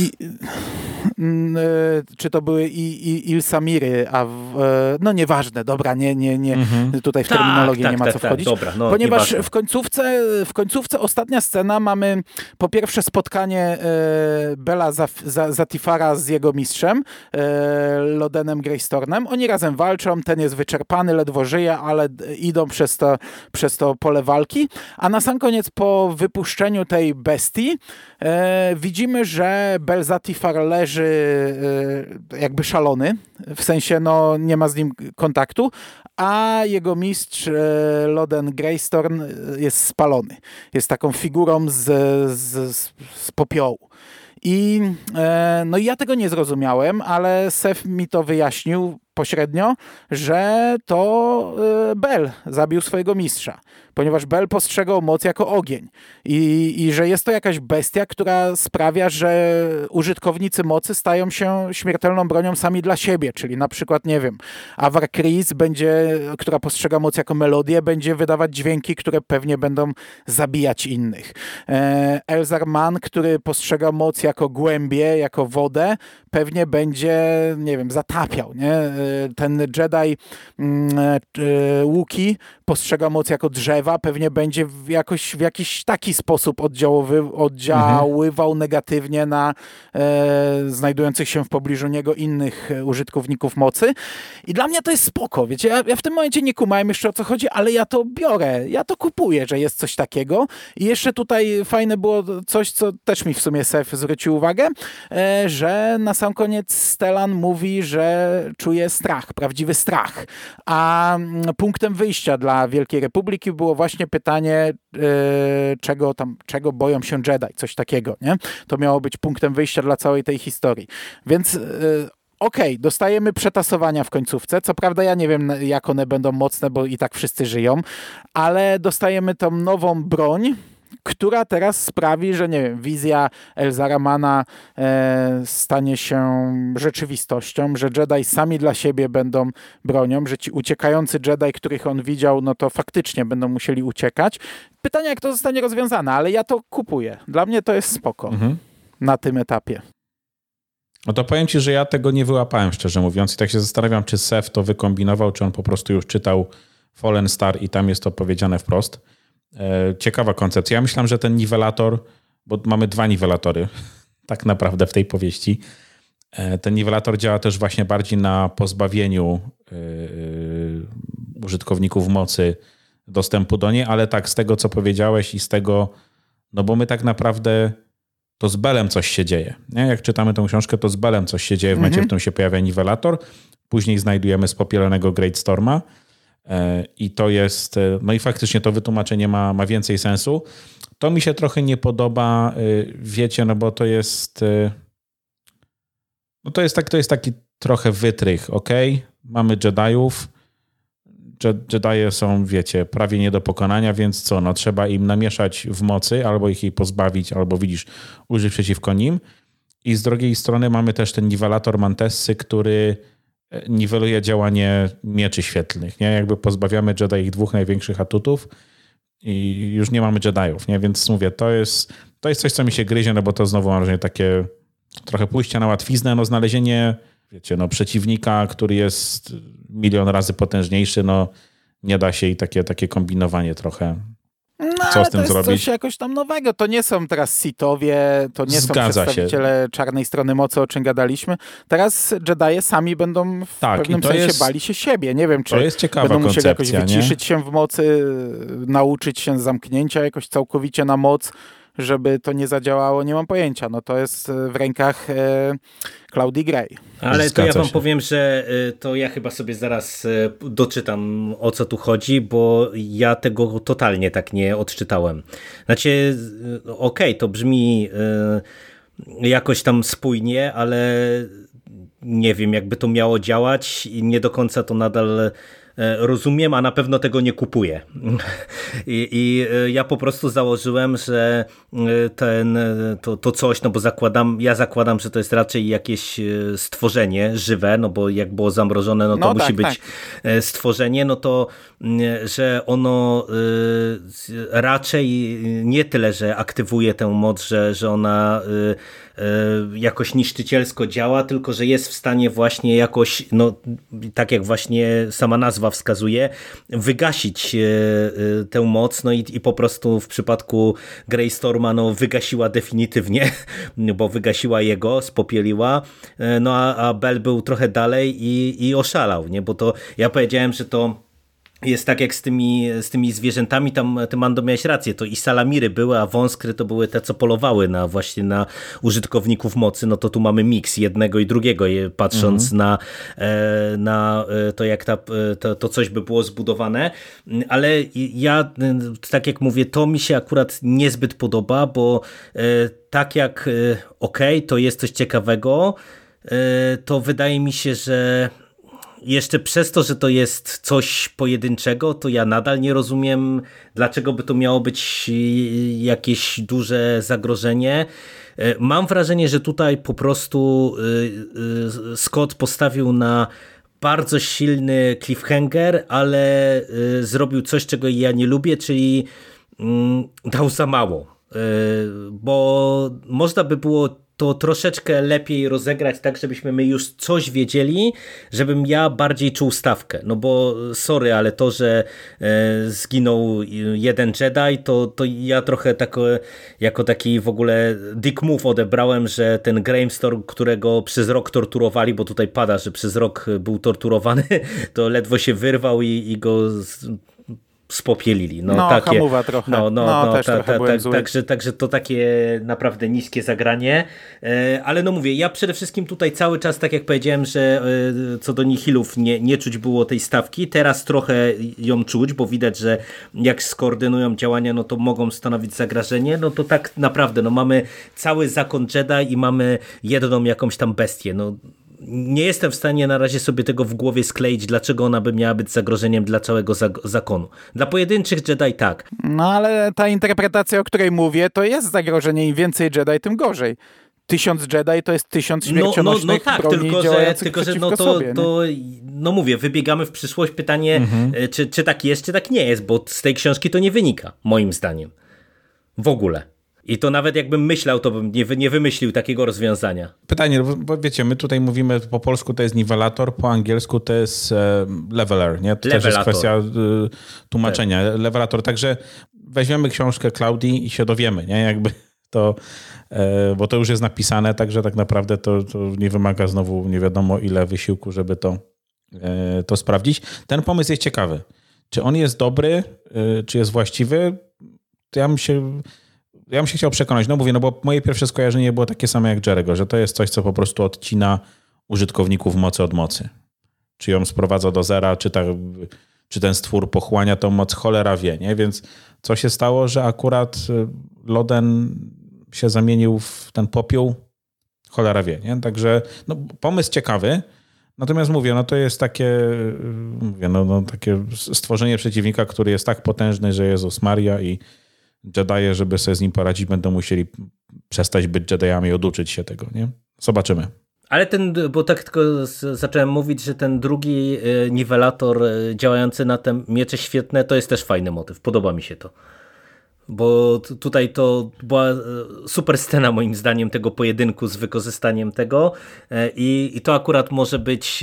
Czy to były Ilsamiry, nieważne, dobra, nie tutaj w terminologię nie ma co wchodzić. Dobra, ponieważ nieważne. w końcówce ostatnia scena mamy po pierwsze spotkanie Bela Zatifara z jego mistrzem, Lodenem Greystornem. Oni razem walczą, ten jest wyczerpany, ledwo żyje, ale idą przez to pole walki, a na sam koniec po wypuszczeniu tej bestii widzimy, że Bel Zatifar leży jakby szalony, w sensie nie ma z nim kontaktu, a jego mistrz Loden Greystorn jest spalony. Jest taką figurą z popiołu. I ja tego nie zrozumiałem, ale Sef mi to wyjaśnił bezpośrednio, że to Bel zabił swojego mistrza, ponieważ Bel postrzegał moc jako ogień i że jest to jakaś bestia, która sprawia, że użytkownicy mocy stają się śmiertelną bronią sami dla siebie, czyli na przykład, nie wiem, Avar Kriss która postrzega moc jako melodię, będzie wydawać dźwięki, które pewnie będą zabijać innych. Elzar Mann, który postrzega moc jako głębię, jako wodę, pewnie będzie, nie wiem, zatapiał, nie? Ten Jedi Wookiee postrzega moc jako drzewa, pewnie będzie w jakiś taki sposób oddziaływał negatywnie na znajdujących się w pobliżu niego innych użytkowników mocy. I dla mnie to jest spoko, wiecie, ja w tym momencie nie kumałem jeszcze, o co chodzi, ale ja to biorę, ja to kupuję, że jest coś takiego. I jeszcze tutaj fajne było coś, co też mi w sumie Seth zwrócił uwagę, że na sam koniec Stellan mówi, że czuje strach, prawdziwy strach. A punktem wyjścia dla Wielkiej Republiki było właśnie pytanie, czego boją się Jedi, coś takiego, nie? To miało być punktem wyjścia dla całej tej historii. Więc okej, dostajemy przetasowania w końcówce. Co prawda ja nie wiem, jak one będą mocne, bo i tak wszyscy żyją, ale dostajemy tą nową broń, która teraz sprawi, że nie wiem, wizja Elzara Manna stanie się rzeczywistością, że Jedi sami dla siebie będą bronią, że ci uciekający Jedi, których on widział, no to faktycznie będą musieli uciekać. Pytanie, jak to zostanie rozwiązane, ale ja to kupuję. Dla mnie to jest spoko na tym etapie. No to powiem ci, że ja tego nie wyłapałem, szczerze mówiąc, i tak się zastanawiam, czy Seth to wykombinował, czy on po prostu już czytał Fallen Star i tam jest to powiedziane wprost. Ciekawa koncepcja. Ja myślałem, że ten niwelator, bo mamy 2 niwelatory tak naprawdę w tej powieści. Ten niwelator działa też właśnie bardziej na pozbawieniu użytkowników mocy dostępu do niej, ale tak z tego, co powiedziałeś i z tego, no bo my tak naprawdę to z Belem coś się dzieje. Nie? Jak czytamy tą książkę, to z Belem coś się dzieje w momencie, w którym się pojawia niwelator. Później znajdujemy spopielanego Great Storma. I to jest, no i faktycznie to wytłumaczenie ma więcej sensu. To mi się trochę nie podoba, wiecie, no bo to jest to jest taki trochę wytrych, okej? Mamy Jediów, Jedije są, wiecie, prawie nie do pokonania, więc co, no trzeba im namieszać w mocy, albo ich jej pozbawić, albo widzisz, użyć przeciwko nim. I z drugiej strony mamy też ten niwelator Mantessy, który niweluje działanie mieczy świetlnych, nie? Jakby pozbawiamy Jedi ich 2 największych atutów i już nie mamy Jediów, nie? Więc mówię, to jest coś, co mi się gryzie, no bo to znowu mam wrażenie takie trochę pójście na łatwiznę, no znalezienie, wiecie, no przeciwnika, który jest 1 000 000 razy potężniejszy, no nie da się i takie kombinowanie trochę. No, co z tym to jest zrobić? coś jakoś tam nowego. To nie są teraz Sithowie, to nie są przedstawiciele czarnej strony mocy, o czym gadaliśmy. Teraz Jedije sami będą w pewnym sensie bali się siebie. Nie wiem, czy będą musieli jakoś wyciszyć się w mocy, nauczyć się zamknięcia jakoś całkowicie na moc, żeby to nie zadziałało, nie mam pojęcia. No to jest w rękach Claudii Gray. Ale to ja wam powiem, że to ja chyba sobie zaraz doczytam, o co tu chodzi, bo ja tego totalnie tak nie odczytałem. Znaczy, okej, to brzmi jakoś tam spójnie, ale nie wiem, jakby to miało działać i nie do końca to nadal rozumiem, a na pewno tego nie kupuję. I ja po prostu założyłem, że to coś, no bo ja zakładam, że to jest raczej jakieś stworzenie żywe, no bo jak było zamrożone, no to no musi być stworzenie, no to, że ono raczej nie tyle, że aktywuje tę moc, że ona jakoś niszczycielsko działa, tylko że jest w stanie właśnie jakoś, no tak jak właśnie sama nazwa wskazuje, wygasić tę moc, no i po prostu w przypadku Grey Storma no wygasiła definitywnie, bo wygasiła jego, spopieliła, no a Bel był trochę dalej i oszalał, nie? Bo to ja powiedziałem, że to jest tak jak z tymi zwierzętami, tam ty, Mando, miałeś rację, to i salamiry były, a wąskry to były te, co polowały właśnie na użytkowników mocy, no to tu mamy miks jednego i drugiego, patrząc na to, jak to coś by było zbudowane, ale ja, tak jak mówię, to mi się akurat niezbyt podoba, bo tak jak to jest coś ciekawego, to wydaje mi się, że jeszcze przez to, że to jest coś pojedynczego, to ja nadal nie rozumiem, dlaczego by to miało być jakieś duże zagrożenie. Mam wrażenie, że tutaj po prostu Scott postawił na bardzo silny cliffhanger, ale zrobił coś, czego ja nie lubię, czyli dał za mało. Bo można by było to troszeczkę lepiej rozegrać tak, żebyśmy my już coś wiedzieli, żebym ja bardziej czuł stawkę. No bo sorry, ale to, że zginął jeden Jedi, to ja trochę jako taki w ogóle dick move odebrałem, że ten Grimestorm, którego przez rok torturowali, bo tutaj pada, że przez rok był torturowany, to ledwo się wyrwał i go spopielili. Hamuwa trochę. Także to takie naprawdę niskie zagranie. Ale no mówię, ja przede wszystkim tutaj cały czas, tak jak powiedziałem, że co do Nihilów nie czuć było tej stawki. Teraz trochę ją czuć, bo widać, że jak skoordynują działania, no to mogą stanowić zagrożenie. No to tak naprawdę, no mamy cały zakon Jedi i mamy jedną jakąś tam bestię. No nie jestem w stanie na razie sobie tego w głowie skleić, dlaczego ona by miała być zagrożeniem dla całego zakonu. Dla pojedynczych Jedi tak. No ale ta interpretacja, o której mówię, to jest zagrożenie. Im więcej Jedi, tym gorzej. 1000 Jedi to jest 1000 śmiercionośnych tak, broni działających przeciwko sobie. No mówię, wybiegamy w przyszłość. Pytanie, czy tak jest, czy tak nie jest, bo z tej książki to nie wynika, moim zdaniem. W ogóle. I to nawet jakbym myślał, to bym nie wymyślił takiego rozwiązania. Pytanie, bo wiecie, my tutaj mówimy po polsku to jest niwelator, po angielsku to jest leveler, nie? To też jest kwestia tłumaczenia. Tak. Levelator, także weźmiemy książkę Klaudii i się dowiemy, nie? Jakby to, bo to już jest napisane, także tak naprawdę to nie wymaga znowu nie wiadomo ile wysiłku, żeby to sprawdzić. Ten pomysł jest ciekawy. Czy on jest dobry, czy jest właściwy? To ja bym się chciał przekonać, no mówię, no bo moje pierwsze skojarzenie było takie same jak Jerego, że to jest coś, co po prostu odcina użytkowników mocy od mocy. Czy ją sprowadza do zera, czy ten stwór pochłania tą moc, cholera wie, nie? Więc co się stało, że akurat Loden się zamienił w ten popiół, cholera wie, nie? Także no, pomysł ciekawy, natomiast mówię, no to jest takie, takie stworzenie przeciwnika, który jest tak potężny, że Jezus Maria i Jedi, żeby sobie z nim poradzić, będą musieli przestać być Jediami i oduczyć się tego, nie? Zobaczymy. Ale bo tak tylko zacząłem mówić, że ten drugi niwelator działający na te miecze świetne, to jest też fajny motyw. Podoba mi się to. Bo tutaj to była super scena moim zdaniem tego pojedynku z wykorzystaniem tego i to akurat może być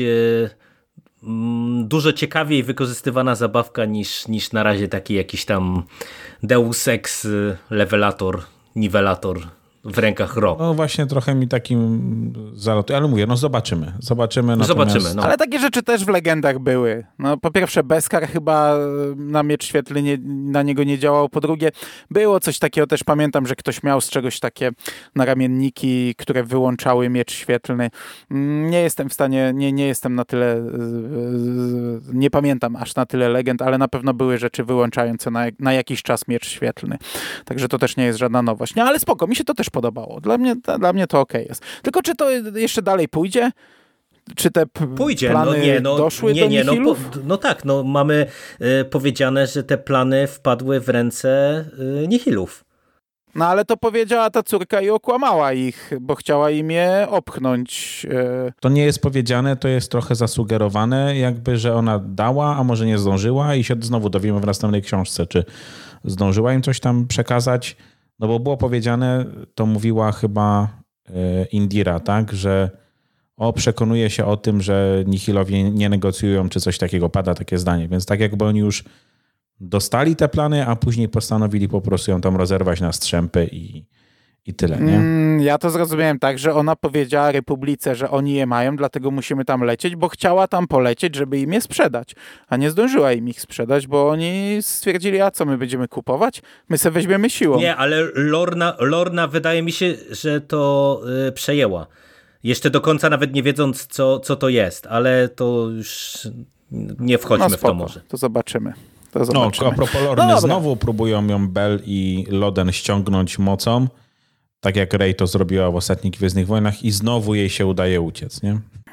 dużo ciekawiej wykorzystywana zabawka niż na razie taki jakiś tam Deus Ex levelator, niwelator w rękach Ro. No właśnie trochę mi takim zalatuje, ale mówię, no zobaczymy. Zobaczymy. No. Ale takie rzeczy też w legendach były. No po pierwsze Beskar chyba na miecz świetlny na niego nie działał. Po drugie było coś takiego, też pamiętam, że ktoś miał z czegoś takie naramienniki, które wyłączały miecz świetlny. Nie jestem w stanie, nie jestem na tyle, nie pamiętam aż na tyle legend, ale na pewno były rzeczy wyłączające na jakiś czas miecz świetlny. Także to też nie jest żadna nowość. No ale spoko, mi się to też podobało. Dla mnie to okej jest. Tylko czy to jeszcze dalej pójdzie? Czy te plany doszły do Nihilów? No tak, mamy powiedziane, że te plany wpadły w ręce Nihilów. No ale to powiedziała ta córka i okłamała ich, bo chciała im je opchnąć. To nie jest powiedziane, to jest trochę zasugerowane, jakby, że ona dała, a może nie zdążyła i się znowu dowiemy w następnej książce, czy zdążyła im coś tam przekazać. No bo było powiedziane, to mówiła chyba Indira, tak, że przekonuje się o tym, że Nihilowie nie negocjują, czy coś takiego, pada takie zdanie. Więc tak jakby oni już dostali te plany, a później postanowili po prostu ją tam rozerwać na strzępy i tyle, nie? Ja to zrozumiałem tak, że ona powiedziała Republice, że oni je mają, dlatego musimy tam lecieć, bo chciała tam polecieć, żeby im je sprzedać, a nie zdążyła im ich sprzedać, bo oni stwierdzili, a co my będziemy kupować? My se weźmiemy siłą. Nie, ale Lorna wydaje mi się, że to przejęła. Jeszcze do końca nawet nie wiedząc, co to jest, ale to już nie wchodźmy w to może. To zobaczymy. No, a propos Lorny, znowu próbują ją Bell i Loden ściągnąć mocą, tak jak Rey to zrobiła w ostatnich Gwiezdnych Wojnach i znowu jej się udaje uciec, nie?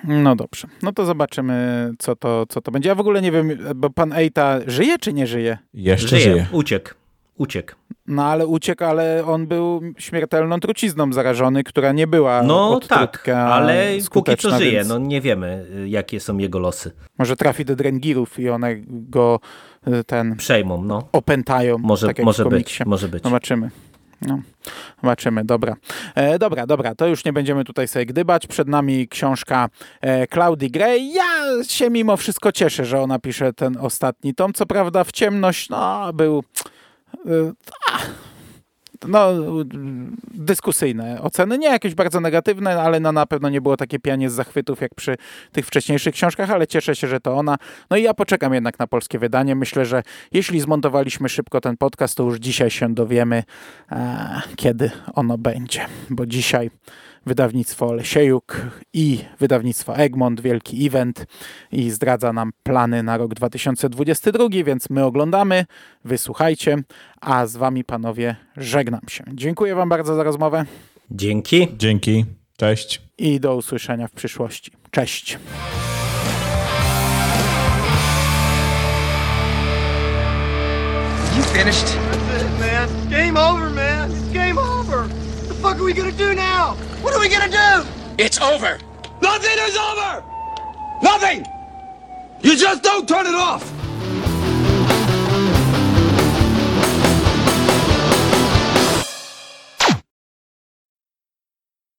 No dobrze, no to zobaczymy, co to będzie. Ja w ogóle nie wiem, bo pan Eita żyje czy nie żyje? Jeszcze żyje. Uciekł. No ale uciekł, ale on był śmiertelną trucizną zarażony, która nie była tak, ale póki co żyje. Więc... No nie wiemy, jakie są jego losy. Może trafi do Drengirów i one go przejmą, no. Opętają. Może być. Zobaczymy. No, zobaczymy, dobra. Dobra, to już nie będziemy tutaj sobie gdybać. Przed nami książka Claudii Gray. Ja się mimo wszystko cieszę, że ona pisze ten ostatni tom. Co prawda w ciemność, był... dyskusyjne oceny, nie jakieś bardzo negatywne, ale na pewno nie było takie pianie z zachwytów jak przy tych wcześniejszych książkach, ale cieszę się, że to ona. No i ja poczekam jednak na polskie wydanie. Myślę, że jeśli zmontowaliśmy szybko ten podcast, to już dzisiaj się dowiemy, kiedy ono będzie, bo dzisiaj wydawnictwo Lesiejuk i wydawnictwo Egmont, wielki event i zdradza nam plany na rok 2022, więc my oglądamy, wysłuchajcie, a z wami panowie żegnam się. Dziękuję wam bardzo za rozmowę. Dzięki. Cześć. I do usłyszenia w przyszłości. Cześć. You finished? That's it, man. Game over, man. It's game over. What the fuck are we gonna do now? What are we gonna do? It's over. Nothing is over. Nothing. You just don't turn it off.